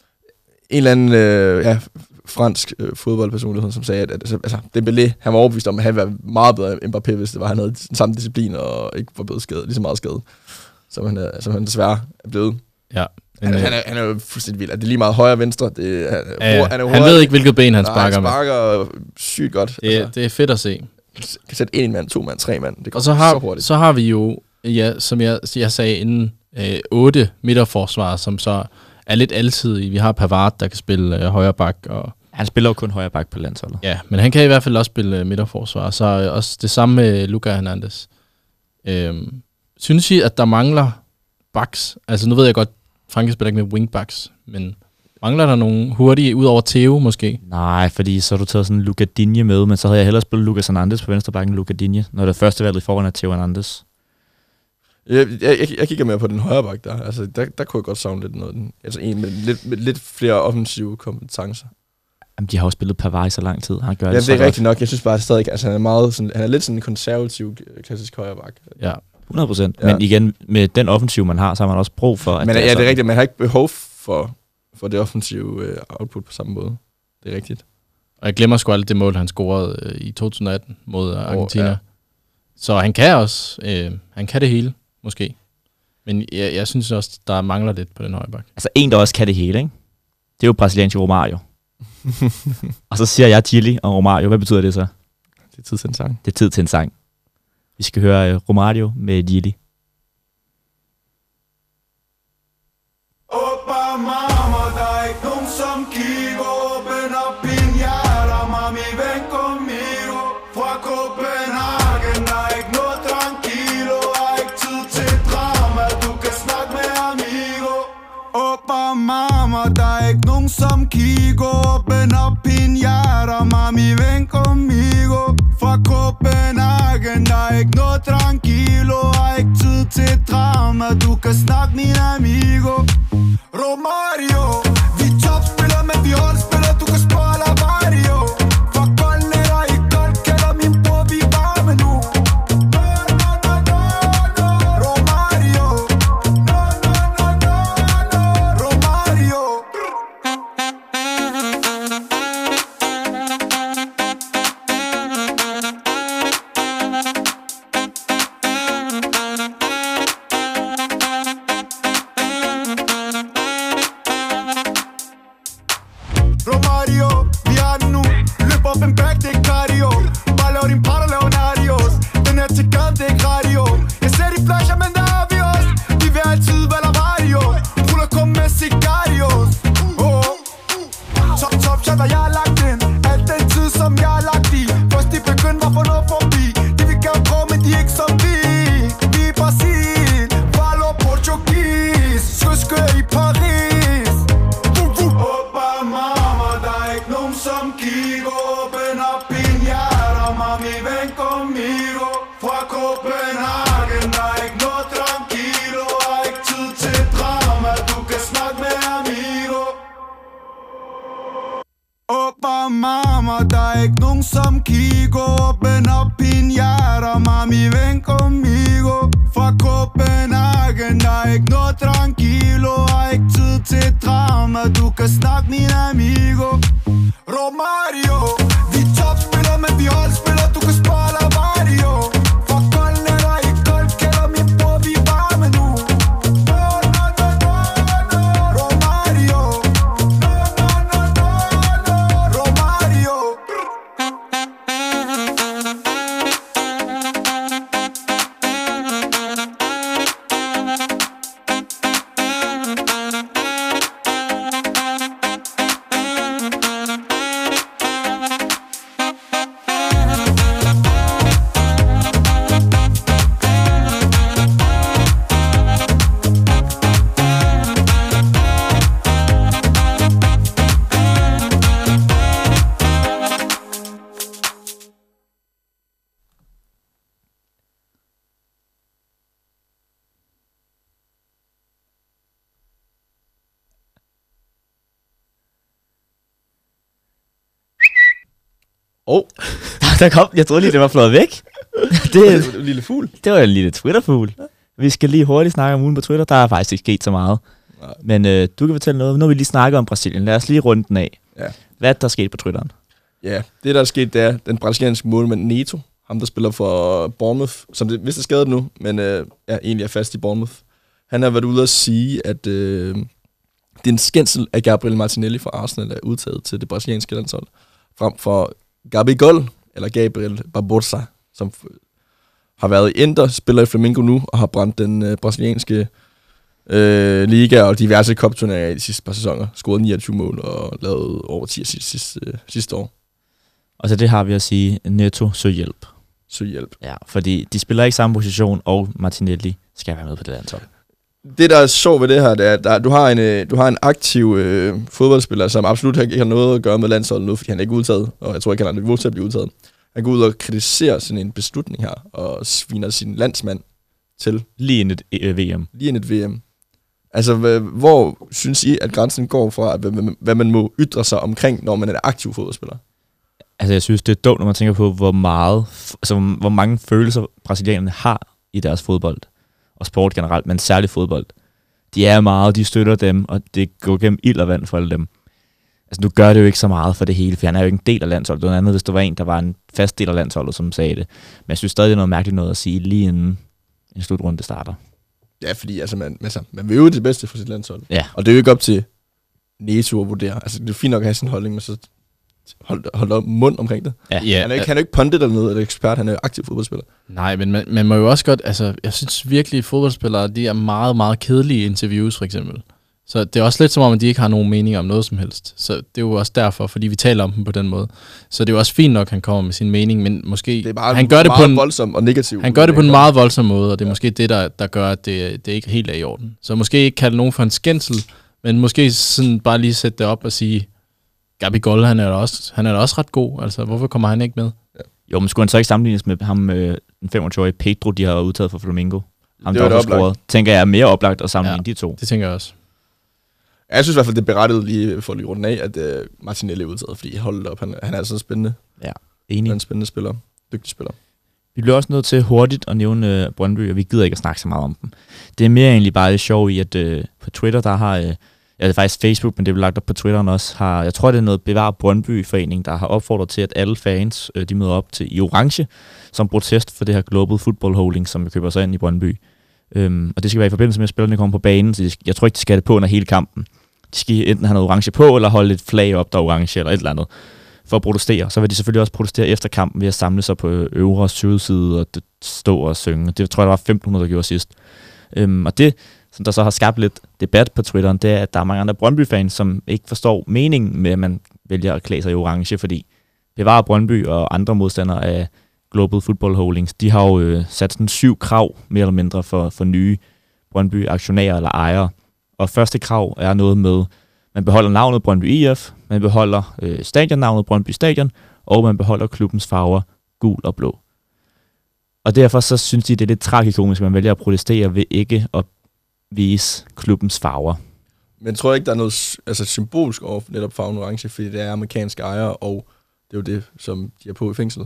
eller anden øh, ja, fransk øh, fodboldpersonlighed, som sagde, at, at altså, Dembélé, han var overbevist om, at han var meget bedre end Mbappé, hvis det var, han havde den samme disciplin og ikke var blevet skadet, lige så meget skadet, som han, er, som han desværre er blevet. Ja. Han, Men, han, er, han er jo fuldstændig vild. Det er lige meget højre og venstre. Det, han, ja, ja. han, er han ved ikke, hvilket ben han Nej, sparker han med. sparker sygt godt. Det, altså, det er fedt at se. kan sætte en mand, to mand, tre mand. Det går Og så har, så hurtigt. så har vi jo, ja, som jeg, jeg sagde inden, øh, otte midterforsvar, som så er lidt alsidige. Vi har Pavard, der kan spille øh, højre bak. Og, Han spiller jo kun højre bak på landsholdet. ja, men han kan i hvert fald også spille øh, midterforsvar. Så øh, også det samme med Lucas Hernandez. Øhm, synes I, at der mangler backs? Altså nu ved jeg godt, Frankrig spiller ikke med wingbacks, men mangler der nogle hurtige, ud over Theo måske? Nej, fordi så har du taget sådan en Luca Digne med, men så havde jeg hellere spillet Lucas Hernandez på venstre bakken end Luca Digne, når det første valg i foran er Theo Hernandez. Jeg, jeg, jeg, jeg kigger mere på den højre bak der. Altså, der, der kunne jeg godt savne lidt noget. Altså en med lidt, med lidt flere offensive kompetencer. Jamen, de har jo spillet Pavard i så lang tid. Han gør Ja, det, det så er godt. rigtigt nok. Jeg synes bare, at stadig, altså, han er meget sådan, han er lidt sådan en konservativ, klassisk højreback. Ja. hundrede procent. Ja. Men igen, med den offensiv, man har, så har man også brug for, at Men det ja, det er sådan. rigtigt. Man har ikke behov for, for det offensive øh, output på samme måde. Det er rigtigt. Og jeg glemmer sgu aldrig det mål, han scorede øh, i to tusind atten mod øh, Argentina. Oh, ja. ja. Så han kan også, øh, han kan det hele, måske. Men jeg, jeg synes også, der mangler lidt på den højre bak. Altså en, der også kan det hele, ikke? Det er jo brasiliansk Romario. Og så siger jeg Gilly og Romario. Hvad betyder det så? Det er tid til en sang. Det er tid til en sang. Vi skal høre uh, Romario med Gilly. Opa, mama, der er ikke nogen som kigger. Åbn op din hjerte, mami, ven conmigo. Fra Copenhagen, der er ikke noget tranquilo. Har ikke tid til drama, du kan snakke med amigo. Opa, mama, der er ikke nogen som kigger. Åbn op din hjerte, mami, ven conmigo. Fra Copenhagen, der er ikke noget tranquilo. Har ikke tid til drama, du kan snakke min amigo. Romario, vi topspiller, men vi holdspiller, du kan spørge Lavario. For kold netter i kold kælder, min bror, vi er varme nu. No, no, no, no, no, Romario. No, no, no, no, no, Romario. Romario, vi har den nu. Løb op en back, det er cardio. Bare lav din part og lav nadios. Den er til gade, det er radio. Jeg ser de flasher, men der har vi også. Vi vil altid være Lavario. Ruller kun med cigarios. Oh. Top, top shotter, jeg har lagt ind. Alt den tid, som jeg har lagt i. Først de begyndte, var for noget forbi. De vil gerne prøve, men de er ikke som vi. Vi er Brasil, Valo, Portugis. Skø i Paris. Opa, mama, der er ikke nogen som kigger. Åbn op din hjerte, mami, ven conmigo. Fra Copenhagen, der er ikke noget tranquilo. Har ikke tid til drama, du kan snakke med amigo. Opa, mama, der er ikke nogen som kigger. Åbn op din hjerte, mami, ven conmigo. Fra Copenhagen, der er ikke noget tranquilo. Har ikke tid til drama, du kan snakke min amigo. Romario, vi topspiller, men vi holdspiller, du kan spørge Lavario. For kold netter i kold kælder, min bror, vi er varme nu. No, no, no, no, no, Romario. No, no, no, no, no, Romario. Oh, Der kom, jeg troede lige, det var flået væk. det, det er en lille fugl. det var en lille Twitter-fugl. Vi skal lige hurtigt snakke om ugen på Twitter. Der er faktisk ikke sket så meget. Nej. Men øh, du kan fortælle noget. Nu har vi lige snakket om Brasilien. Lad os lige runde den af. Ja. Hvad er der sket på Twitteren? Ja, det der er sket, det er den brasilianske målmand Neto, ham der spiller for Bournemouth, som det vist er skadet nu, men øh, ja, egentlig er fast i Bournemouth. Han har været ude at sige, at øh, det er en skændsel, at Gabriel Martinelli fra Arsenal er udtaget til det brasilianske landshold, frem for Gabigol, eller Gabriel Barbosa, som f- har været i Inter, spiller i Flamengo nu, og har brændt den øh, brasilianske øh, liga og diverse cupturneringer i de sidste par sæsoner. Scoret niogtyve mål og lavet over ti sidste, sidste, øh, sidste år. Og så det har vi at sige, Neto søg hjælp. Søg hjælp. Ja, fordi de spiller ikke samme position, og Martinelli skal være med på det landshold. Det, der er sjovt ved det her, det er, at der, du, har en, øh, du har en aktiv øh, fodboldspiller, som absolut ikke har noget at gøre med landsholdet nu, fordi han er ikke udtaget, og jeg tror ikke, han har niveau til at blive udtaget. Han går ud og kritiserer sådan en beslutning her, og sviner sin landsmand til Lige inden et øh, V M. lige inden et V M. Altså, hvad, hvor synes I, at grænsen går fra, hvad, hvad, hvad man må ytre sig omkring, når man er aktiv fodboldspiller? Altså, jeg synes, det er dumt, når man tænker på, hvor meget, altså, hvor mange følelser brasilianerne har i deres fodbold, og sport generelt, men særligt fodbold. De er meget, de støtter dem, og det går gennem ild og vand for alle dem. Altså, nu gør det jo ikke så meget for det hele, for han er jo ikke en del af landsholdet. Det var noget andet, hvis der var en, der var en fast del af landsholdet, som sagde det. Men jeg synes stadig, det er noget mærkeligt noget at sige, lige inden en slutrunde starter. Ja, fordi altså, man, altså, man vil jo det bedste for sit landshold. Ja. Og det er jo ikke op til Neto at vurdere. Altså, det er fint nok at have sin holdning, men så hold, hold op mund omkring det. Ja. Ja, Han er, ikke, han er jo ikke pundit eller noget, eller ekspert, han er jo aktiv fodboldspiller. Nej, men man, man må jo også godt, altså, jeg synes virkelig, fodboldspillere, de er meget, meget kedelige interviews, for eksempel. Så det er også lidt som om, at de ikke har nogen mening om noget som helst. Så det er jo også derfor, fordi vi taler om dem på den måde. Så det er jo også fint nok, at han kommer med sin mening, men måske... Det er bare han gør det meget på en, voldsom og negativ. Han gør det på en meget voldsom måde, og det er ja. måske det, der, der gør, at det, det ikke helt er i orden. Så måske ikke kalde nogen for en skændsel, men måske sådan bare lige sætte det op og sige, Gabigol, han er da også, han er da også ret god. Altså, hvorfor kommer han ikke med? Ja. Jo, men skulle han så ikke sammenlignes med ham, øh, den femogtyve-årige Pedro, de har udtaget for Flamengo? Ham, Det der var også det scoret. Tænker jeg er mere oplagt at sammenligne Ja. de to. Det tænker jeg også. Jeg synes i hvert fald, det er berettiget lige for lige runden af, at uh, Martinelli er udtaget, fordi holdet op, han, han er altså spændende. Ja, Han enig. er en spændende spiller. Dygtig spiller. Vi bliver også nødt til hurtigt at nævne uh, Brøndby, og vi gider ikke at snakke så meget om dem. Det er mere egentlig bare det sjove i, at uh, på Twitter, der har, uh, ja, det er faktisk Facebook, men det er lagt op på Twitteren også, har, jeg tror det er noget Bevar Brøndby-forening, der har opfordret til, at alle fans, uh, de møder op til i orange, som protest for det her Global Football Holding, som vi køber sig ind i Brøndby. Um, og det skal være i forbindelse med, at spillerne kommer på banen, så de, jeg tror ikke, de skal have det på under hele kampen. De skal enten have noget orange på, eller holde et flag op, der er orange, eller et eller andet, for at protestere. Så vil de selvfølgelig også protestere efter kampen ved at samle sig på øvre og sydside og stå og synge. Det tror jeg, der var femten hundrede, der gjorde sidst. Um, og det, som der så har skabt lidt debat på Twitteren, det er, at der er mange andre Brøndby-fans, som ikke forstår meningen med, at man vælger at klæde sig i orange, fordi Bevar Brøndby og andre modstandere af Global Football Holdings, de har jo øh, sat sådan syv krav, mere eller mindre, for, for nye Brøndby-aktionærer eller ejere. Og første krav er noget med, man beholder navnet Brøndby I F, man beholder øh, stadionnavnet Brøndby Stadion, og man beholder klubbens farver gul og blå. Og derfor så synes de, det er lidt tragikomisk, at man vælger at protestere ved ikke at vise klubbens farver. Men tror jeg ikke, der er noget altså, symbolsk over netop farven orange, fordi det er amerikanske ejere, og det er jo det, som de er på i fængslet.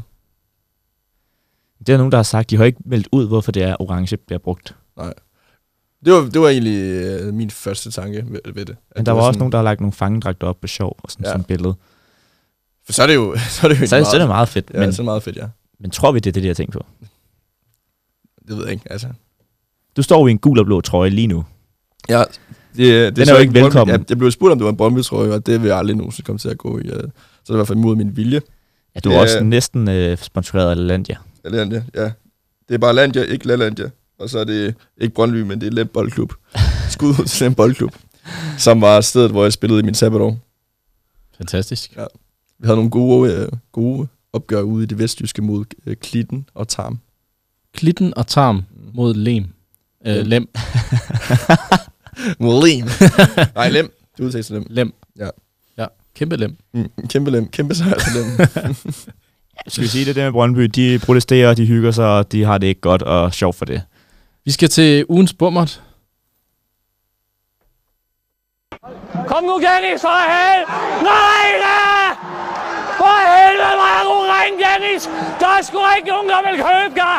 Det er nogen, der har sagt, de har ikke meldt ud, hvorfor det er orange bliver brugt. Nej. Det var, det var egentlig øh, min første tanke ved, ved det. Men der var, var også nogen, der har lagt nogle fangedragter op på sjov og sådan, Ja. sådan et billede. For så er det jo, så er det jo Så, meget, så er det meget fedt. Ja, Men, så er det meget fedt, ja. men tror vi, det er det, de har tænkt på? Det ved jeg ikke, altså. Du står jo i en gul og blå trøje lige nu. Ja, det, det Den er jo ikke velkommen. Jeg, jeg blev spurgt, om det var en Brøndby-trøje, og det vil jeg aldrig nogensinde komme til at gå i. Så det er i hvert fald imod min vilje. Ja, du er Ja. også næsten øh, sponsoreret af Lalandia. Lalandia, ja. Det er bare Landia, ikke Lalandia. Og så er det ikke Brøndby, men det er Lem Boldklub. Skud ud til Lem Boldklub, som var stedet, hvor jeg spillede i min sabbatår. Fantastisk. Ja. Vi havde nogle gode, øh, gode opgør ude i det vestjyske mod øh, Klitten og Tarm. Klitten og Tarm mod Lem. Øh, Lem. Lem. Mod Lem. Nej, Lem. Du udtaler Lem. Lem. Ja. Ja, kæmpe Lem. Mm, kæmpe Lem. Kæmpe sejr til Lem. Skal vi sige det der med Brøndby? De protesterer, de hygger sig, og de har det ikke godt og sjovt for det. Vi skal til ugens bummert. Kom nu, Dennis, for helvede! Nej, da! For helvede, hvor er du ring, Dennis! Der er sgu ikke nogen, der vil købe dig!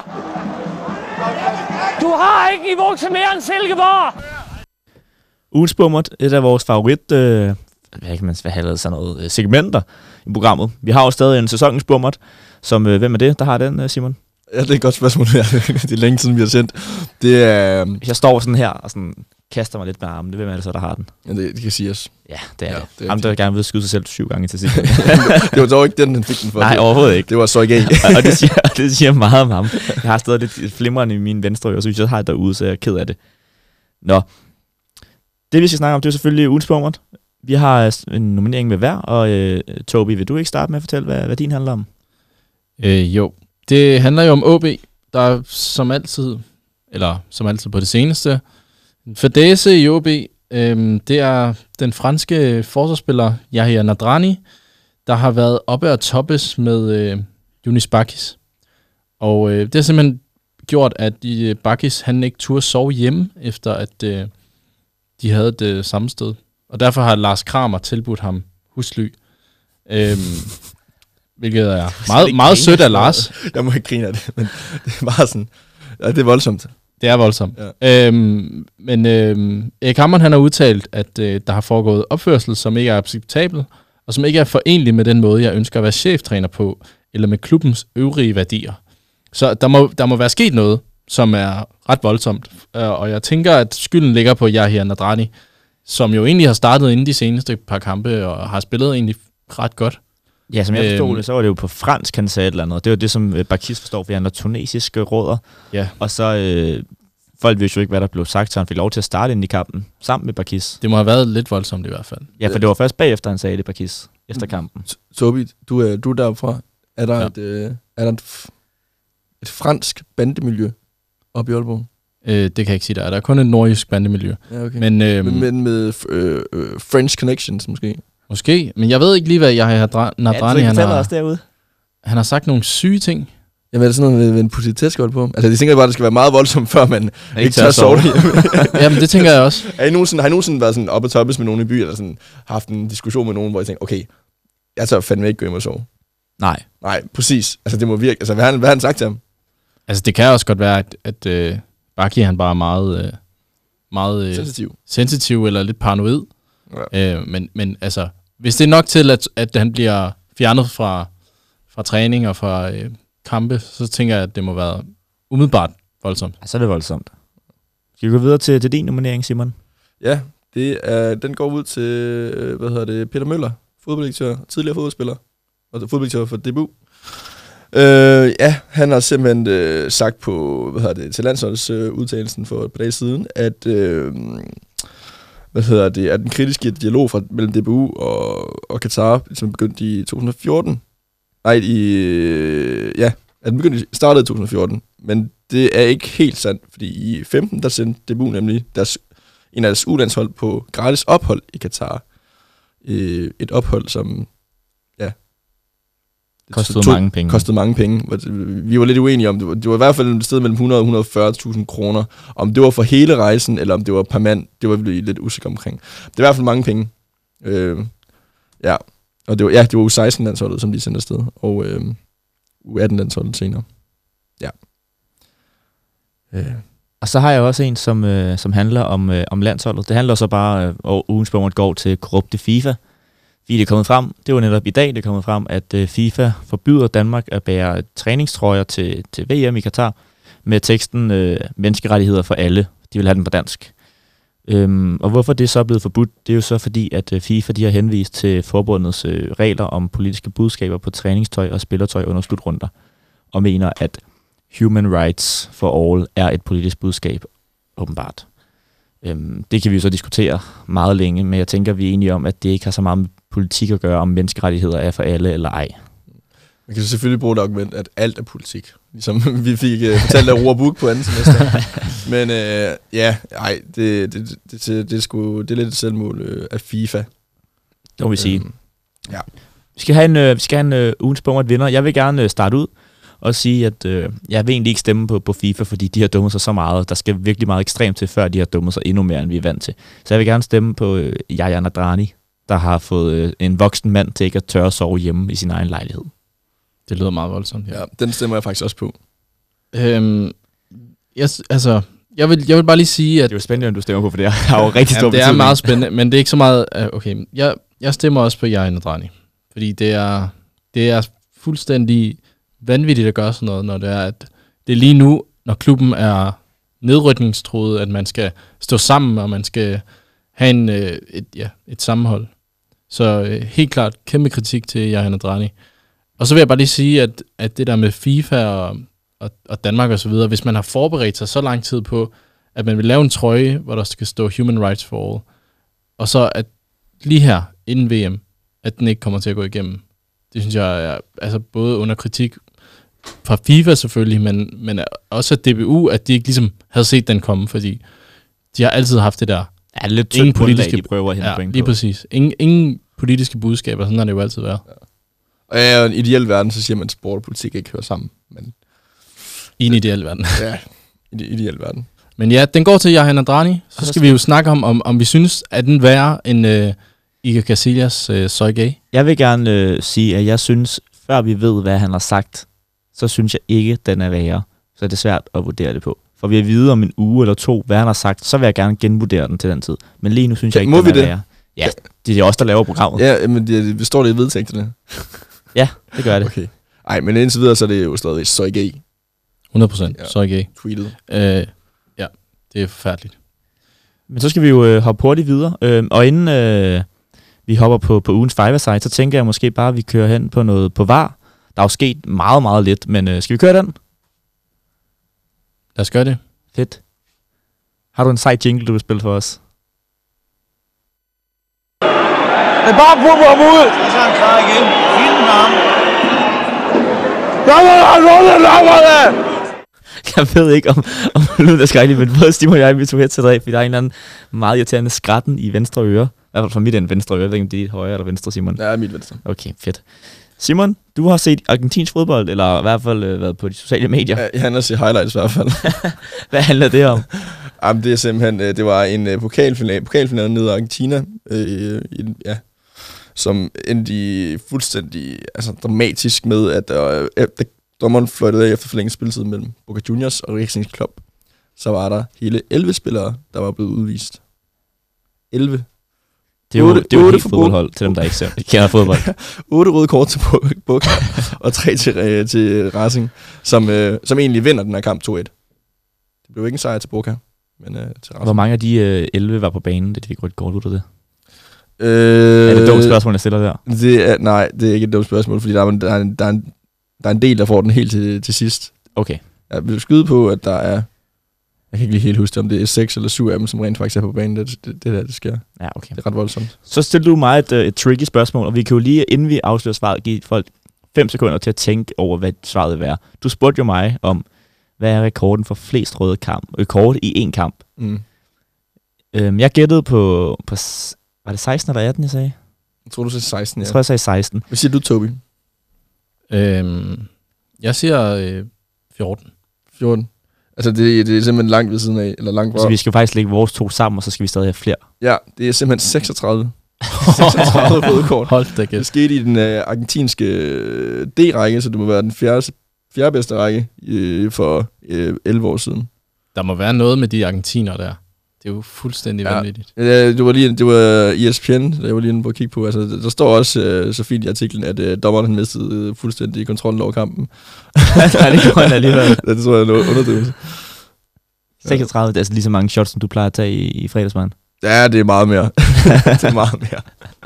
Du har ikke niveau til mere end Silkeborg! Ugens bummert, et af vores favorit, øh, hvad kan man have sådan noget, øh, segmenter i programmet. Vi har jo stadig en sæsonens bummert, som, øh, hvem er det, der har den, øh, Simon? Ja, det er et godt spørgsmål. Det er længe siden, vi har sendt. Det er... Hvis jeg står sådan her og sådan kaster mig lidt med armen, det hvem er det så, der har den? Ja, det, det kan siges. Ja, det er Ja, ja, det. det er Ham, der gerne vil skyde sig selv syv gange til sidst. Det var dog ikke den, han fik den for. Nej, det, overhovedet ikke. det var så ikke. og det siger, det siger meget om ham. Jeg har stadig lidt flimrende i min venstre øre, så hvis jeg har det derude, så er jeg ked af det. Nå. Det vi skal snakke om, det er selvfølgelig ugens bummert. Vi har en nominering med hver, og øh, Toby, vil du ikke starte med at fortælle, hvad, hvad din handler om? Øh, jo, det handler jo om O B, der som altid, eller som altid på det seneste, en fadæse i O B. Øhm, det er den franske forsvarsspiller Yahya Nadrani, der har været oppe og toppes med øh, Younis Bakis. Og øh, det har simpelthen gjort, at øh, Bakis han ikke turde sove hjemme, efter at, øh, de havde det samme sted. Og derfor har Lars Kramer tilbudt ham husly. Øhm, hvilket er meget, meget sødt af Lars. Jeg må ikke grine af det, men det er bare sådan... Ja, det er voldsomt. Det er voldsomt. Ja. Øhm, men øhm, Erik Hammond, han har udtalt, at øh, der har foregået opførsel, som ikke er acceptabel, og som ikke er forenlig med den måde, jeg ønsker at være cheftræner på, eller med klubbens øvrige værdier. Så der må, der må være sket noget, som er ret voldsomt. Og jeg tænker, at skylden ligger på Yahya Nadrani, som jo egentlig har startet inden de seneste par kampe, og har spillet egentlig ret godt. Ja, som jeg forstod Øhm, det, så var det jo på fransk, han sagde et eller andet. Det var det, som Bakis forstår, fordi han er tunesiske rødder. Ja. Og så, øh, folk vidste jo ikke, hvad der blev sagt, så han fik lov til at starte ind i kampen, sammen med Bakis. Det må have været lidt voldsomt i hvert fald. Ja, for det var først bagefter, han sagde det, Bakis, efter kampen. Tobi, du er, du er derfra. Er der, Ja. et, øh, er der et, f- et fransk bandemiljø oppe i Aalborg? Øh, det kan jeg ikke sige, der er. Der er kun et nordjysk bandemiljø. Ja, okay. Men, øhm, Men, men med øh, øh, French connections måske? måske. Men jeg ved ikke lige, hvad Yahya Dra- Nadrani ja, han han har... også derude. Han har sagt nogle syge ting. Jamen er det sådan noget med en polititetsskål på? Altså jeg tænker bare, at det skal være meget voldsomt, før man ikke, ikke tør at sove. Jamen det tænker jeg også. Er I nogensinde, har I nogensinde været sådan oppe og toppes med nogen i byen, eller sådan haft en diskussion med nogen, hvor I tænker, okay, jeg tør fandme ikke gå hjem og sove? Nej. Nej, præcis. Altså det må virke. Altså hvad har han, hvad har han sagt til ham? Altså det kan også godt være, at, at øh, Baki han bare er meget, øh, meget øh, Sensitiv. sensitiv eller lidt paranoid. Ja. Øh, men, men altså, hvis det er nok til, at, at han bliver fjernet fra, fra træning og fra øh, kampe, så tænker jeg, at det må være umiddelbart voldsomt. Ja, så er det voldsomt. Skal vi gå videre til, til din nominering, Simon? Ja, det er, den går ud til, øh, hvad hedder det, Peter Møller, fodbolddirektør, tidligere fodboldspiller, og fodbolddirektør for D B U. Øh, ja, han har simpelthen øh, sagt på, hvad hedder det, til landsholdets øh, udtalelsen for et par dage siden, at, øh, hvad hedder det, at den kritiske dialog fra, mellem D B U og, og Katar, som begyndte i to tusind og fjorten, nej, i, øh, ja, at den begyndte, startede i to tusind og fjorten, men det er ikke helt sandt, fordi i femten, der sendte D B U nemlig deres, en af deres ulandshold på gratis ophold i Katar. Øh, et ophold, som, ja, Kostede to, mange penge. Kostede mange penge. Vi var lidt uenige om, det var, det var i hvert fald et sted mellem hundrede og hundrede og fyrre tusind kroner. Om det var for hele rejsen, eller om det var per mand, det var vi lidt usikre omkring. Det er i hvert fald mange penge. Øh, ja, og det var, ja, det var U seksten-landsholdet, som de sendte afsted, og øh, U atten-landsholdet senere. Ja. Øh. Og så har jeg også en, som, øh, som handler om, øh, om landsholdet. Det handler så bare, øh, og ugens punkt går til korrupte FIFA. Fordi det er kommet frem, det var netop i dag, det er kommet frem, at øh, FIFA forbyder Danmark at bære træningstrøjer til, til V M i Katar med teksten øh, menneskerettigheder for alle. De vil have den på dansk. Øhm, og hvorfor det er så blevet forbudt, det er jo så fordi, at øh, FIFA de har henvist til forbundets øh, regler om politiske budskaber på træningstøj og spillertøj under slutrunder, og mener, at human rights for all er et politisk budskab, åbenbart. Øhm, det kan vi jo så diskutere meget længe, men jeg tænker, vi er enige om, at det ikke har så meget med politik at gøre, om menneskerettigheder er for alle eller ej. Man kan selvfølgelig bruge et argument, at alt er politik. Ligesom vi fik uh, fortalt af Roar Buk på anden semester. Men uh, ja, ej, det, det, det, det, det, er sgu, det er lidt et selvmål uh, af FIFA. Det må vi sige. Øhm, ja. Vi skal have en, uh, vi skal have en uh, ugens punkt vinder. Jeg vil gerne uh, starte ud og sige, at øh, jeg vil egentlig ikke stemme på, på FIFA, fordi de har dummet sig så meget. Der skal virkelig meget ekstremt til, før de har dummet sig endnu mere, end vi er vant til. Så jeg vil gerne stemme på øh, Yahya Nadrani, der har fået øh, en voksen mand til ikke at tørre at sove hjemme i sin egen lejlighed. Det lyder meget voldsomt. Ja, ja den stemmer jeg faktisk også på. Øhm, jeg, altså, jeg vil, jeg vil bare lige sige, at... Det er jo spændende, om du stemmer på, for det har jo rigtig stor betydning. Det er meget spændende, men det er ikke så meget... Okay, jeg, jeg stemmer også på Yahya Nadrani, fordi det er, det er fuldstændig vanvittigt at gøre sådan noget, når det er, at det er lige nu, når klubben er nedrykningstroet, at man skal stå sammen, og man skal have en, øh, et, ja, et sammenhold. Så øh, helt klart kæmpe kritik til Yahya Nadrani. Og så vil jeg bare lige sige, at, at det der med FIFA og, og, og Danmark og så videre, hvis man har forberedt sig så lang tid på, at man vil lave en trøje, hvor der skal stå Human Rights for All, og så at lige her, inden V M, at den ikke kommer til at gå igennem. Det synes jeg er altså både under kritik fra FIFA selvfølgelig, men, men også af D B U, at de ikke ligesom havde set den komme, fordi de har altid haft det der. Ja, lidt ingen politiske, de prøver at hente ja, point lige på. præcis. Ingen, ingen politiske budskaber, sådan har det jo altid været. Ja. Og ja, i en ideel verden, så siger man, at sport og politik ikke hører sammen. Men I en ideel verden. Ja, i en ideel verden. Men ja, den går til Jahan Andrani. Så så skal vi jo snakke om, om, om vi synes, at den værre end øh, Iker Casillas øh, Soy Gay. Jeg vil gerne øh, sige, at jeg synes, før vi ved, hvad han har sagt, så synes jeg ikke, den er værre. Så er det svært at vurdere det på. For vi har vide om en uge eller to, hvad han har sagt, så vil jeg gerne genvurdere den til den tid. Men lige nu synes jeg Ja, ikke, må den vi er det? værre. Ja, det er os, der laver programmet. Ja, men det, det står det i vedtægterne. Ja, det gør det. Okay. Ej, men indtil videre, så er det jo stadig Soy Gay hundrede procent. Ja. Soy Gay. tweetet. Øh, ja, det er forfærdeligt. Men så skal vi jo øh, hoppe hurtigt videre. Øh, og inden øh, vi hopper på, på ugens five-a-side, så tænker jeg måske bare, at vi kører hen på noget på V A R. Der er jo sket meget, meget lidt, men øh, skal vi køre den? Lad os gøre det. Fedt. Har du en sej jingle, du vil spille for os? Det er bare fodbold ud. Så er han klar igen. Hele den arm. Der var noget, der var det. Jeg ved ikke, om, om lyden er skrækkelig, men både Simon og jeg, vi tog headset af, fordi der er en eller anden meget irriterende skratten i venstre øre. I hvert fald for mit er en venstre øre. Jeg ved ikke, om det er dit højre eller venstre, Simon. Ja, mit venstre. Okay, fedt. Simon, du har set argentinsk fodbold, eller i hvert fald øh, været på de sociale medier. Ja, han har set highlights i hvert fald. Hvad handler det om? Jamen, det er simpelthen, øh, det var en øh, pokalfinale, pokalfinale nede i Argentina, øh, i, ja, som endte i fuldstændig altså, dramatisk med, at øh, efter dommeren fløjtede af efter forlænget spilletid mellem Boca Juniors og Racing Club, så var der hele elleve spillere, der var blevet udvist. elleve. Det er jo, otte- det er jo otte helt for fodboldhold, til dem, der ikke ser, kender fodbold. otte røde kort til Bo- Boca, og tre til, øh, til Racing, som, øh, som egentlig vinder den her kamp to et. Det blev ikke en sejr til Boca, men øh, til Racing. Hvor mange af de øh, elleve var på banen? Det fik godt godt ud af det. Øh, Er det et dumt spørgsmål, jeg stiller der? Det er, nej, det er ikke et dumt spørgsmål, fordi der er, der er, en, der er, en, der er en del, der får den helt til, til sidst. Okay. Jeg vil skyde på, at der er, jeg kan ikke lige helt huske, om det er seks eller syv af dem, som rent faktisk er på banen. Det, det, det der, det sker. Ja, okay. Det er ret voldsomt. Så stiller du mig et, øh, et tricky spørgsmål, og vi kan jo lige, inden vi afslører svaret, give folk fem sekunder til at tænke over, hvad svaret vil være. Du spurgte jo mig om, hvad er rekorden for flest røde kamp? Rekord i én kamp. Mm. Øhm, jeg gættede på, på, s- var det seksten eller atten, jeg sagde? Jeg tror, du sagde seksten, Jeg ja. tror, jeg sagde seksten. Hvad siger du, Toby? Øhm, jeg siger øh, fjorten. fjorten. Altså, det, det er simpelthen langt ved siden af, eller langt Så fra. vi skal faktisk lægge vores to sammen, og så skal vi stadig have flere. Ja, det er simpelthen seksogtredive. seksogtredive røde kort. Hold da Det kæft. skete i den øh, argentinske øh, D-række, så det må være den fjerde, fjerde bedste række øh, for øh, elleve år siden. Der må være noget med de argentiner der. Det er jo fuldstændig Ja. vanvittigt. Ja, det var lige det var E S P N, der jeg var lige inde på at kigge på. Altså, der står også øh, så fint i artiklen, at øh, dommeren han mistede øh, fuldstændig kontrollen over kampen. Nej, det gjorde han alligevel. Det tror jeg er noget underdrivelse. seksogtredive, det er altså lige så mange shots, som du plejer at tage i, i fredagsmanden. Ja, det er meget mere. det er meget mere.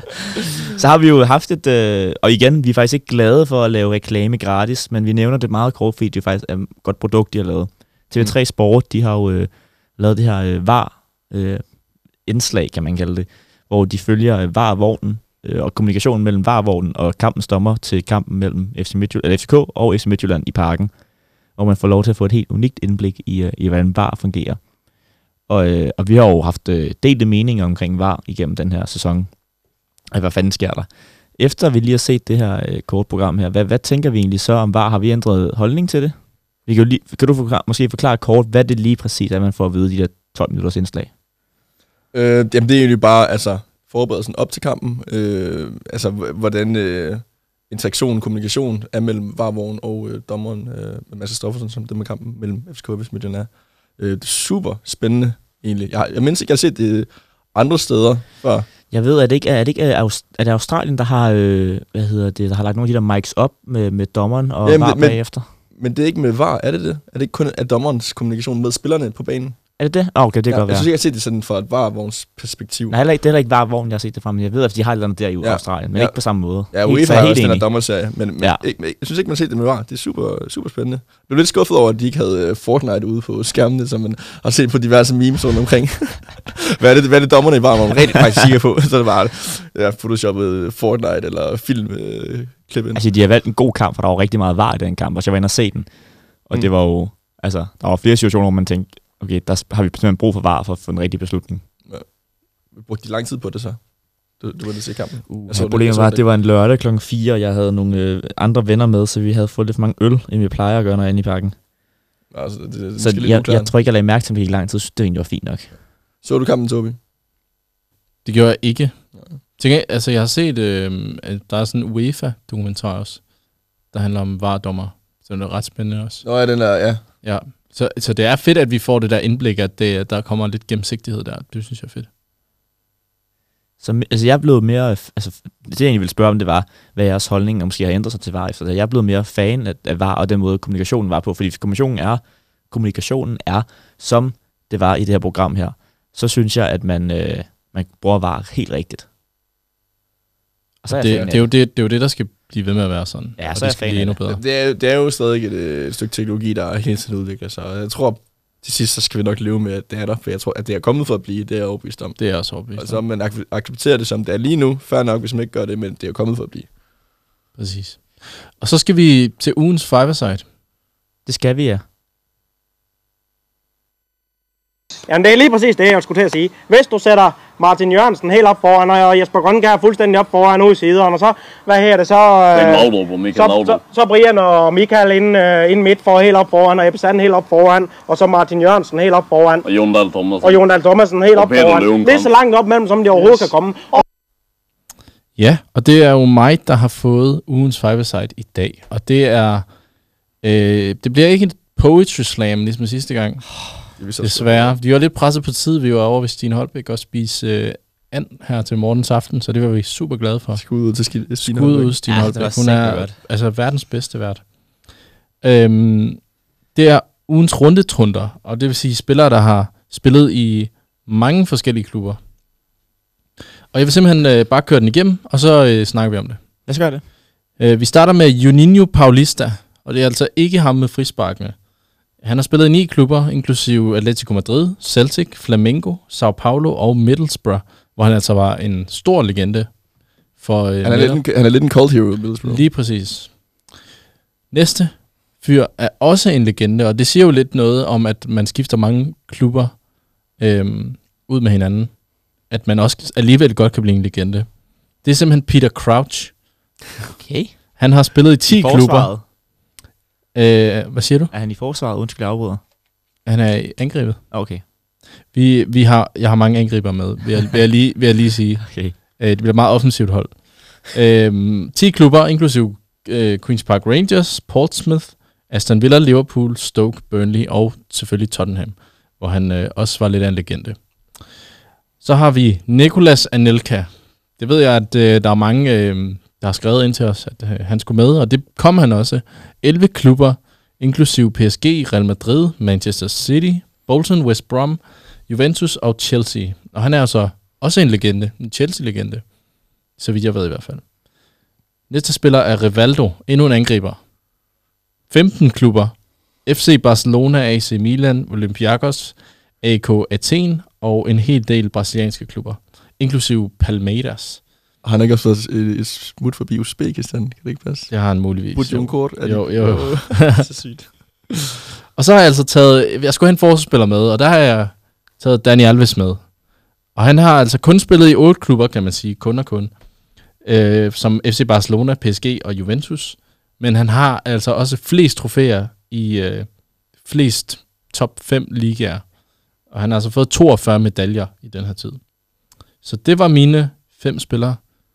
Så har vi jo haft et, øh, og igen, vi er faktisk ikke glade for at lave reklame gratis, men vi nævner det meget kort, fordi det faktisk er et godt produkt, de har lavet. T V tre Sport, de har jo øh, lavet det her øh, V A R, øh, indslag, kan man kalde det, hvor de følger øh, V A R-vognen øh, og kommunikationen mellem V A R-vognen og kampens dommer til kampen mellem F C, Midtjylland, eller F C K og F C Midtjylland i Parken, hvor man får lov til at få et helt unikt indblik i, øh, i hvordan V A R fungerer. Og, øh, og vi har jo haft øh, delte meninger omkring V A R igennem den her sæson. Og hvad fanden sker der? Efter vi lige har set det her øh, kortprogram her, hvad, hvad tænker vi egentlig så om V A R? Har vi ændret holdning til det? Vi kan, jo lige, kan du forklare, måske forklare kort, hvad det lige præcis er, man får at vide de der tolv minutters indslag? Øh, jamen, det er egentlig bare altså, forberedelsen op til kampen. Øh, altså, h- hvordan øh, interaktionen, kommunikation er mellem V A R-vognen og øh, dommeren øh, med Mads Stoffersen, som det med kampen mellem F C K og F C Midtjylland er. Øh, det er super spændende, egentlig. Jeg, jeg mindst ikke, jeg har set det andre steder før. Jeg ved, at det ikke er, er, det ikke er, Aust- er det Australien, der har, øh, hvad hedder det, der har lagt nogle af de der mics op med, med dommeren og Jamen, V A R men- bagefter? Men det er ikke med V A R, er det det? Er det ikke kun af dommerens kommunikation med spillerne på banen? Er det det? Oh, okay, det kan ja, godt jeg være. synes ikke, jeg har set det sådan fra et V A R-vogns perspektiv. Nej, heller ikke, det er heller ikke V A R-vognen, jeg har set det fra, men jeg ved, at de har et eller andet der i Ja. Australien, men Ja. ikke på samme måde. Ja, Helt- UEFA så jeg har er også den her enig. dommerserie, men, men Ja. ikke, jeg synes ikke, man har set det med V A R. Det er super, super spændende. Jeg blev lidt skuffet over, at de ikke havde øh, Fortnite ude på skærmene, som man har set på diverse memes rundt omkring. hvad, er det, hvad er det dommerne i V A R, man rigtig faktisk sikker på? Så er det bare ja, photoshoppet Fortnite eller film øh, klip ind. Altså, de har valgt en god kamp, for der var rigtig meget V A R i den kamp, og jeg var inde og se den. Og Mm. det var jo, altså, der var flere situationer, hvor man tænkte, okay, der har vi simpelthen brug for V A R for at få en rigtig beslutning. Brugte de lang tid på det så? Du, du var det se kampen? Uh, Jeg så det, problemet jeg så var, at det. det var en lørdag klokken fire, og jeg havde nogle øh, andre venner med, så vi havde fået lidt for mange øl, end vi plejer at gøre, når jeg er inde i parken. Altså, det, det, Så jeg, jeg tror ikke, jeg lagde mærke til, at det gik lang tid. Det egentlig var fint nok. Så du kampen, Tobi? Det gjorde jeg ikke. Tænk, altså, jeg har set, øh, at der er sådan en UEFA-dokumentar også, der handler om VAR-dommer. Så det er ret spændende også. Nå ja, den der, ja. Ja, så, så det er fedt, at vi får det der indblik, at det, der kommer lidt gennemsigtighed der. Det synes jeg er fedt. Så altså, jeg er blevet mere... Altså, det jeg egentlig ville spørge om, det var, hvad jeres holdning måske har ændret sig til VAR efter det. Jeg er blevet mere fan af, af VAR og den måde, kommunikationen var på. Fordi kommunikationen er, kommunikationen er, som det var i det her program her. Så synes jeg, at man, øh, man bruger VAR helt rigtigt. Og så er det, jeg det, er jo det, det er jo det, der skal blive ved med at være sådan. Ja, og så det er skal jeg blive fan endnu af bedre. Det er, det er jo stadig et, et stykke teknologi, der hele tiden udvikler sig. Og jeg tror, til sidst, så skal vi nok leve med, at det er der. For jeg tror, at det er kommet for at blive, det er jeg overbevist om. Det er også overbevist om. Og så man ak- accepterer det, som det er lige nu. Fair nok, hvis man ikke gør det, men det er kommet for at blive. Præcis. Og så skal vi til ugens five-a-side. Det skal vi, ja. Jamen, det er lige præcis det, jeg skulle til at sige. Hvis du sætter Martin Jørgensen helt op foran, og Jesper Grønkjær fuldstændig op foran ude i siderne, og så, hvad her det så... Øh, så, så, så Brian og Michael ind, øh, ind midt for helt op foran, og Ebbe Sand helt op foran, og så Martin Jørgensen helt op foran. Og Jon Dahl Thomasen. Og Jon Dahl Thomasen helt op foran. Det er så langt op mellem, som de overhovedet yes. kan komme. Og ja, og det er jo mig, der har fået ugens five-a-side i dag. Og det er... Øh, det bliver ikke et poetry slam, ligesom sidste gang. Desværre. Vi var lidt presset på tid. Vi var over ved Stine Holbæk og spise øh, and her til morgens aften, så det var vi super glade for. Skud ud til Stine Holbæk. Skud ud til Stine ja, Holbæk. Hun er godt. Altså verdens bedste vært. Øhm, det er ugens rundetrunder, og det vil sige spillere, der har spillet i mange forskellige klubber. Og jeg vil simpelthen øh, bare køre den igennem, og så øh, snakker vi om det. Lad os gøre det. Øh, vi starter med Juninho Paulista, og det er altså ikke ham med frisparkene. Han har spillet i ni klubber, inklusive Atletico Madrid, Celtic, Flamengo, Sao Paulo og Middlesbrough, hvor han altså var en stor legende. For, øh, han, er lidt en, han er lidt en cold hero, Middlesbrough. Lige præcis. Næste fyr er også en legende, og det siger jo lidt noget om, at man skifter mange klubber øh, ud med hinanden. At man også alligevel godt kan blive en legende. Det er simpelthen Peter Crouch. Okay. Han har spillet i ti I klubber. Øh, hvad siger du? Er han i forsvaret? Undskyld, jeg afbryder. Han er i angrebet. Okay. Vi, vi har, jeg har mange angriber med, vil jeg, vil jeg, lige, vil jeg lige sige. Okay. Øh, det bliver meget offensivt hold. Øh, ti klubber, inklusive øh, Queen's Park Rangers, Portsmouth, Aston Villa, Liverpool, Stoke, Burnley og selvfølgelig Tottenham, hvor han øh, også var lidt af en legende. Så har vi Nicolas Anelka. Det ved jeg, at øh, der er mange, øh, der har skrevet ind til os, at øh, han skulle med, og det kom han også. elleve klubber, inklusive P S G, Real Madrid, Manchester City, Bolton, West Brom, Juventus og Chelsea. Og han er altså også en legende, en Chelsea-legende, så vidt jeg ved i hvert fald. Næste spiller er Rivaldo, endnu en angriber. femten klubber, F C Barcelona, A C Milan, Olympiakos, A K Athen og en hel del brasilianske klubber, inklusive Palmeiras. Og han har ikke også fået et, et smut forbi Uzbekistan, kan det ikke passe? Det har han muligvis. Budjunkort? Jo, jo. jo. Så sygt. Og så har jeg altså taget, jeg skulle have en forsvarsspiller med, og der har jeg taget Dani Alves med. Og han har altså kun spillet i otte klubber, kan man sige, kun og kun. Øh, som F C Barcelona, P S G og Juventus. Men han har altså også flest trofæer i øh, flest top fem ligaer. Og han har altså fået toogfyrre medaljer i den her tid. Så det var mine fem spillere.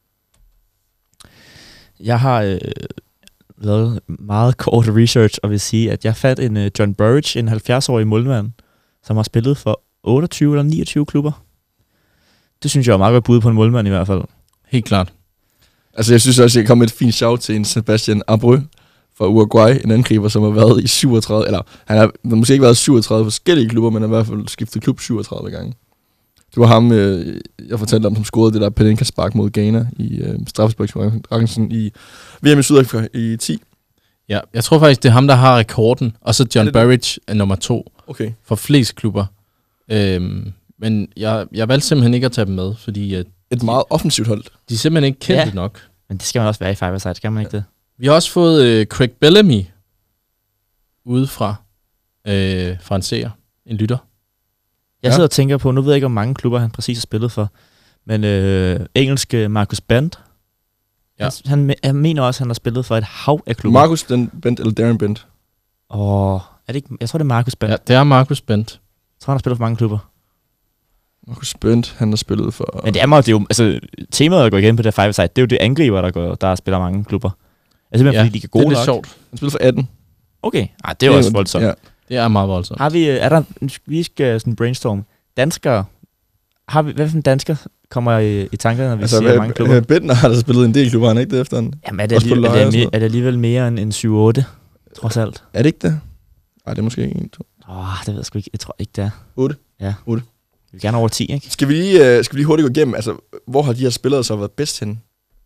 Jeg har øh, lavet meget kort research, og vil sige, at jeg fandt en øh, John Burridge, en halvfjerds-årig målmand, som har spillet for otteogtyve eller niogtyve klubber. Det synes jeg er meget godt bud på en målmand i hvert fald. Helt klart. Altså jeg synes også, at jeg kom med et fint shout til en Sebastian Abreu fra Uruguay, en angriber, som har været i syvogtredive, eller han har måske ikke været i syvogtredive forskellige klubber, men har i hvert fald skiftet klub syvogtredive gange. Det var ham, øh, jeg fortalte om, som scorede det der Penenka-spark mod Ghana i øh, straffesparkskonkurrencen i V M i Sydafrika i ti. Ja, jeg tror faktisk, det er ham, der har rekorden, og så John Burridge er nummer to okay. for flest klubber. Øhm, men jeg, jeg valgte simpelthen ikke at tage dem med, fordi... At et meget offensivt hold. De er simpelthen ikke kendte ja. nok. Men det skal man også være i five-a-side, skal man ikke det? Vi har også fået øh, Craig Bellamy udefra øh, fra en seer, en lytter. Jeg sidder ja. og tænker på, nu ved jeg ikke, hvor mange klubber han præcis har spillet for, men øh, engelske Marcus Bent, ja. han, han mener også, at han har spillet for et hav af klubber. Marcus Bent eller Darren Bent? Åh, Er det ikke, jeg tror, det er Marcus Bent. Ja, det er Marcus Bent. Jeg tror, han har spillet for mange klubber. Marcus Bent, han har spillet for... Men det er, meget, det er jo, altså, temaet, der går igen på det five-a-side, det er jo det angriber, der, går, der spiller mange klubber. Altså simpelthen, Ja, fordi de er gode det er lidt nok. sjovt. Han spiller for atten. Okay, Ej, det er jo også voldsomt. Ja. Det er meget voldsomt. Har vi, er der, vi skal sådan brainstorm. Danskere, har vi, hvad for en dansker kommer i, i tankerne, når vi Altså, siger mange klubber? Bentner har da spillet en del klubber, han er ikke det efter han? Jamen, er det, Også på alligevel, er, leje og det, sådan er det alligevel mere end en syv otte, trods alt? Er det ikke det? Nej, det er måske ikke en, to. Åh, oh, det ved jeg sgu ikke. Jeg tror ikke, det er. otte? Ja. otte. Vi vil gerne over ti, ikke? Skal vi lige, uh, skal vi lige hurtigt gå igennem, altså, hvor har de her spillere så været bedst henne?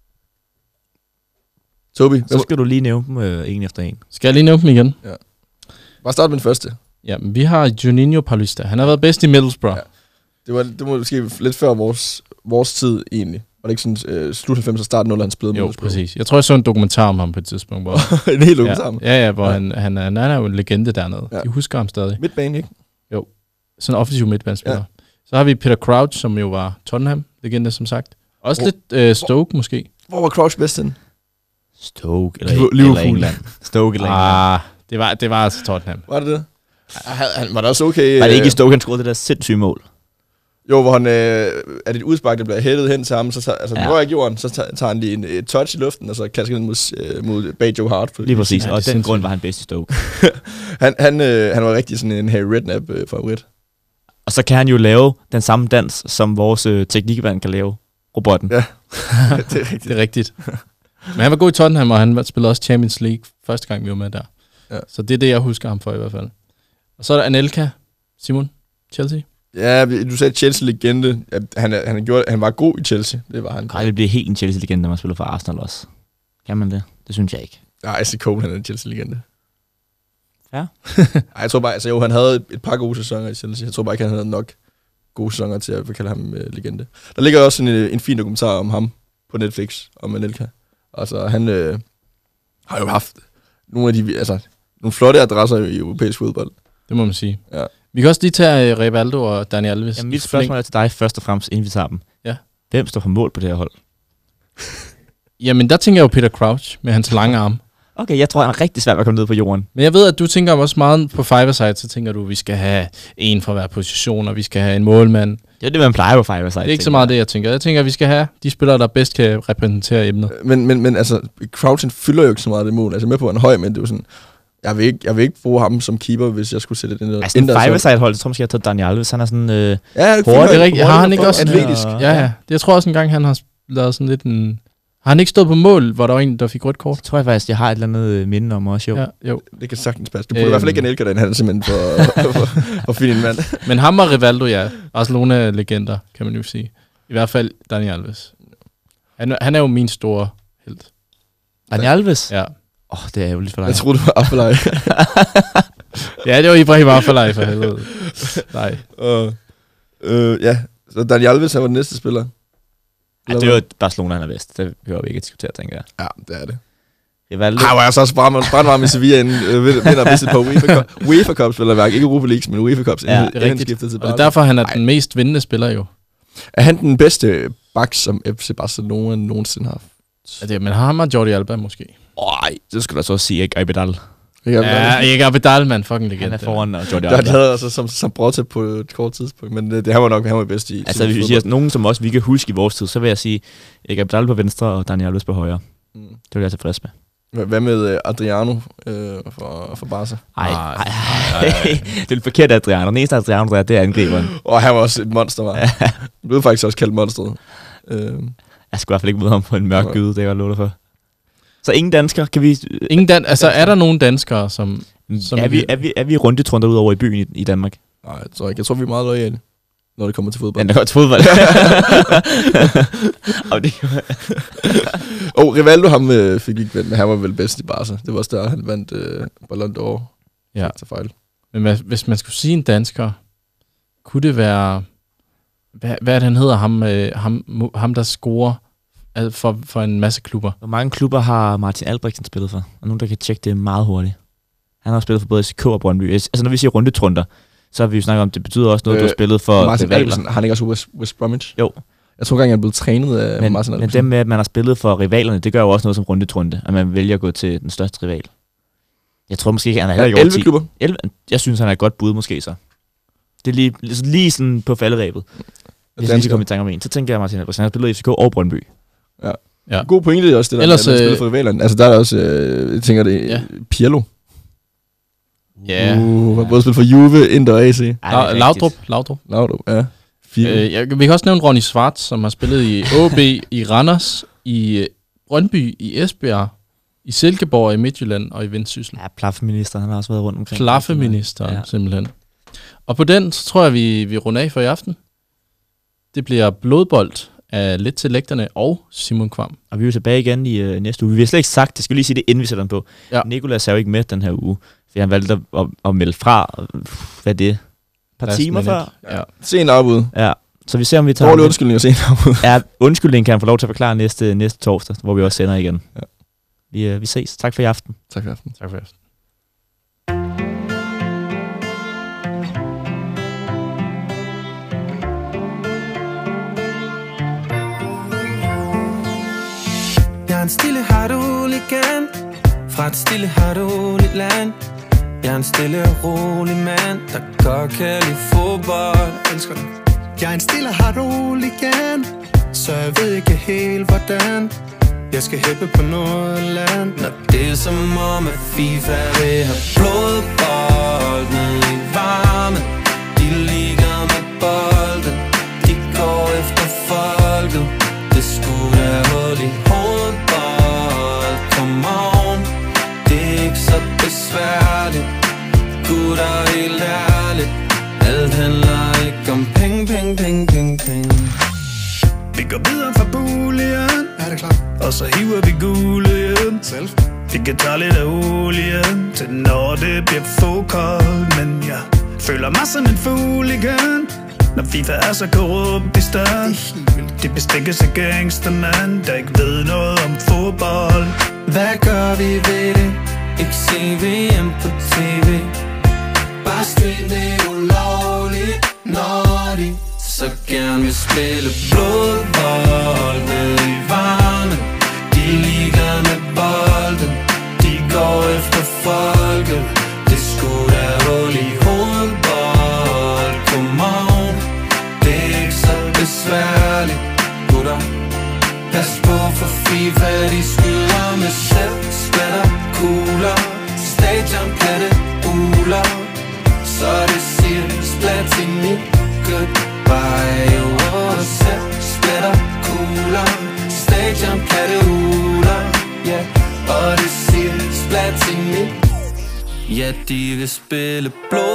Tobi, Så skal du lige nævne dem øh, en efter en. Skal jeg lige nævne dem igen? Ja. Bare start med den første. Ja, men vi har Juninho Paulista. Han har været bedst i Middlesbrough. Ja. Det var, det var måske lidt før vores, vores tid, egentlig. Var det ikke sådan uh, slut halvfemser, start nuller, han spillede Jo, med præcis. Jeg tror, jeg så en dokumentar om ham på et tidspunkt. Hvor en helt dokumentar. ja, ja, ja, hvor ja. Han, han, er, han er jo en legende dernede. Ja. De husker ham stadig. Midtbane, ikke? Jo, sådan en offensiv midtbanespiller. Ja. Så har vi Peter Crouch, som jo var Tottenham-legende, som sagt. Også Hvor, lidt øh, Stoke, måske. Hvor var Crouch bedst henne? Stoke eller, Liverpool. eller England. Stoke eller England. Ah, det var, det var altså Tottenham. Var det det? Han, han, var det også okay? Var det ikke i øh, Stoke, han scorede det der sindssyge mål? Jo, hvor han øh, er det et udspark, der bliver hættet hen til ham, så tager, altså, Ja. ja. rører ikke jorden, så tager, tager han lige en et touch i luften, og så kaster han mod, øh, mod bag Joe Hart. Lige præcis, Ja, og det er den sindssygt. grund var han bedst i Stoke. han, han, øh, han var rigtig sådan en Harry Redknapp-favorit. Og så kan han jo lave den samme dans, som vores øh, teknikvand kan lave. Robotten. Ja, det er rigtigt. Det er rigtigt. Men han var god i Tottenham, og han spillede også Champions League første gang, vi var med der. Ja. Så det er det, jeg husker ham for i hvert fald. Og så er der Anelka. Simon, Chelsea. Ja, du sagde Chelsea-legende. Ja, han, er- han, er gjort, han var god i Chelsea, det var han. Kan aldrig blive helt en Chelsea-legende, når man spiller for Arsenal også. Kan man det? Det synes jeg ikke. Ja, Ashley Cole, han er en Chelsea-legende. Ja. Ej, jeg tror bare, altså jo, han havde et, et par gode sæsoner i Chelsea. Jeg tror bare ikke, han havde nok gode sæsoner til at kalde ham uh, legende. Der ligger også en, en fin dokumentar om ham på Netflix, om Anelka. Altså, han øh, har jo haft nogle af de, altså, nogle flotte adresser i europæisk fodbold. Det må man sige. Ja. Vi kan også lige tage uh, Rivaldo og Dani Alves. Jamen, mit spørgsmål er til dig først og fremmest, inden vi tager dem. Ja. Hvem står på mål på det her hold? Jamen, der tænker jeg jo Peter Crouch med hans lange arm. Okay, jeg tror, han er rigtig svært at komme ned på jorden. Men jeg ved, at du tænker også meget på five-a-side, så tænker du, at vi skal have en fra hver position, og vi skal have en målmand. Det er det, man plejer på five-a-side. Det er ikke så meget det, jeg tænker. Jeg tænker, at vi skal have de spillere, der bedst kan repræsentere emnet. Men, men, men altså, Crouchen fylder jo ikke så meget det mål. Altså med på, at han er høj, men det er jo sådan, jeg vil ikke, jeg vil ikke bruge ham som keeper, hvis jeg skulle sætte det ind. Altså, en five-a-side-hold, så tror jeg måske, jeg har taget Daniel Alves. Han er sådan... Øh, Ja, det Det er rigtigt. Har han ikke også... atletisk? Ja, ja. Jeg tror også engang, han har lavet sådan lidt en... Har han ikke stået på mål, hvor der var en, der fik rødt kort? så tror jeg faktisk, jeg har et eller andet øh, minde om også, jo. Ja, jo. Det kan sagtens passe. Du burde Øhm. i hvert fald ikke Anelka, den han er simpelthen for, for, for fin en mand. Men ham og Rivaldo, ja. Barcelona-legender, kan man jo sige. I hvert fald Dani Alves. Han, han er jo min store helt. Daniel Alves? Ja. Åh, oh, det er jo lidt for dig. Jeg troede, det var Affalay. Ja, det var Ibrahim Afellay for helvede. Nej. Og, øh, ja, så Daniel Alves, han var den næste spiller. Ja, det er jo Barcelona, han er bedst. Det behøver vi ikke at diskutere, tænker jeg. Ja, det er det. Jeg valgte... Han var altså også brandvarm i Sevilla, inden øh, vinder vist et par UEFA Cup. UEFA Cups, spiller værk. Ikke Europa League, men UEFA Cups. Ja, inden, Det er inden han rigtigt. skiftede til Og det er Barca. derfor, han er Ej. den mest vindende spiller jo. Er han den bedste bak, som F C Barcelona nogensinde har haft? Ja, det, men har ham og Jordi Alba måske. Nej, så skulle der så også sige, ikke Abidal. Ja, Ja, ikke Abidal, man. Fucking legende. Han er foran, og Jordi Jeg Alba. havde altså som, som Brotte på et kort tidspunkt, men det, det han var nok han var bedst i. Altså, hvis vi siger nogen, som også vi kan huske i vores tid, så vil jeg sige, ikke Abidal på venstre, og Daniel Alves på højre. Mm. Det vil jeg tilfreds med. Hvad- Hvad med øh, Adriano øh, for, for Barca? Ej, Nej. ej, ej. Det er den forkerte Adriano. Den eneste Adriano, der er, det er angriberen. Og han var også et monster, var han. Han blev faktisk også kaldt monsteret. Øh, Jeg skulle i hvert fald ikke møde ham på en mørk Nej. gyde, det kan jeg godt love dig for. Så ingen dansker, kan vi... Ingen dan- altså, er der nogen danskere, som... som er, vi, er, vi, er vi rundetrunder ud over i byen i, i Danmark? nej, jeg tror ikke. Jeg tror, vi er meget loyale, når det kommer til fodbold. Ja, det er godt fodbold. Og det, Og oh, Rivaldo, ham øh, fik ikke vendt, men han var vel bedst i Barca. Det var også der, han vandt øh, Ballon d'Or. Ja. Til fejl. Men hvad, hvis man skulle sige en dansker, kunne det være... Hvad, hvad er det, han hedder? Ham, øh, ham, mo- ham der scorer al- for, for en masse klubber. hvor mange klubber har Martin Albrechtsen spillet for? Og nogen, der kan tjekke det meget hurtigt. Han har spillet for både S K og Brøndby. Altså, når vi siger rundetrunder, så har vi jo snakket om, det betyder også noget, øh, du har spillet for Martin rivaler. Albertsen, har han ikke også West, West Bromwich? Jo. Jeg tror engang, han er blevet trænet af Men, Martin men Albersen. dem med, at man har spillet for rivalerne, det gør jo også noget som rundetrunde, at man vælger at gå til den største rival. Jeg tror måske ikke, han er heller ikke elleve klubber. elleve Jeg synes, han er et godt bud måske så. Det er lige, lige sådan på falderæbet. Hvis jeg lige komme i tanke om en, så tænker jeg Martin Albrigtsen. Han har spillet i F C K og Brøndby. Ja. Ja. God pointe også, det der, Ellers, med, at han spiller for rivalerne. Altså, der er også, øh, jeg tænker det, ja. Pirlo. Ja. Uh, har både spillet for Juve, Inter og A C. La- Laudrup. Laudrup. Laudrup, ja. Øh, jeg, vi kan også nævne Ronny Schwartz, som har spillet i O B, i Randers, i Brøndby, i Esbjerg, i Silkeborg, i Midtjylland og i Vendsyssel. Ja, plaffeminister, han har også været rundt omkring. Plaffeminister, ja. Simpelthen. Og på den, så tror jeg, vi, vi runder af for i aften. Det bliver blodbold af Lidt til Lægterne og Simon Kvam. Og vi er jo tilbage igen i øh, næste uge. Vi har slet ikke sagt, det skal lige sige det, inden vi sætter den på. Ja. Nicolas er jo ikke med den her uge, for han valgte at, at, at melde fra. Hvad er det? Et par Last timer minute. Før? Ja. Sen afbud. Ja. Så vi ser, om vi tager... Dårlig undskyldning og sen afbud. Ja, undskyldning kan han få lov til at forklare næste, næste torsdag, hvor vi også sender igen. Ja. Vi, øh, vi ses. Tak for i aften. Tak for i aften. Tak for i aften. Jeg er en stille harduligan fra et stille harduligt land. Jeg er en stille og rolig mand, der godt kan lide fodbold. Elsker det. Jeg er en stille harduligan, så jeg ved ikke helt hvordan jeg skal hæppe på noget land. Når det er som om at FIFA vil have blodbold ned i varmen. De ligger med bolden, de går efter folket. Det skulle da hul i hovedbold. Come on, det er ikke så besværligt. Gutter, helt ærligt, alt handler ikke om penge, penge, penge, penge, penge. Vi går videre fra boligen, er det klart? Og så hiver vi gulden selv. Vi kan tage lidt af olien til når det bliver for koldt. Men jeg føler mig som en fugl igen, når FIFA er så korrupt i stand. De bestikkes af gangstermand, der ikke ved noget om fodbold. Hvad gør vi ved det? Ikke se V M på T V. Bare stream det ulovligt, når de så gerne vil spille blodbold ned i varmen. De ligger med bolden, de går efter folket. Det skulle da hul i hovedbold. Come on, det er ikke så besværligt. Gutter, pas på for FIFA, de skyder med selv. Splatter, kugler, stadionplatte, uler. Så det siger Splatini, goodbye. What's up? Splatter, kugler, stadionplatte, uler. Ja, og det siger Splatini. Ja, de vil spille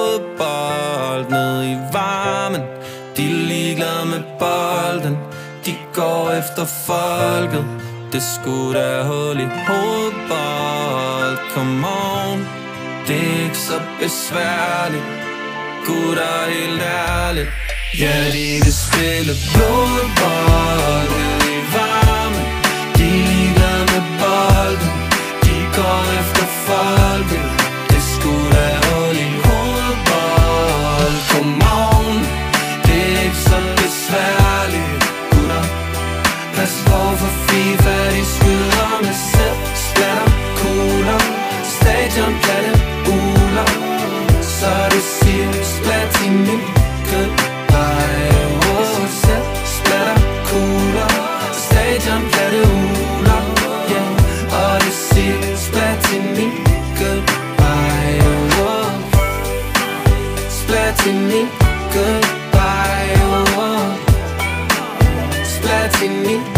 blodbold ned i varmen. De er ligeglade med bolden, de går efter folket. Det skulle da hul i hovedbold. Come on, det er ikke så besværligt. Gutter, helt ærligt. Ja, de vil spille blodbold ned i varmen. De er ligeglade med bolden, de går efter folket. Det skulle da hul i hovedbold. Come on, det er ikke så besværligt. Gutter, pas på for FIFA, de skyder med selv. Splatter, kugler, stadionplatte, uler. Så det siger Splatini, goodbye. What's up? Splatter, kugler, stadionplatte, uler. Yeah, og det siger Splatini, goodbye. Splatini, goodbye. Splatini.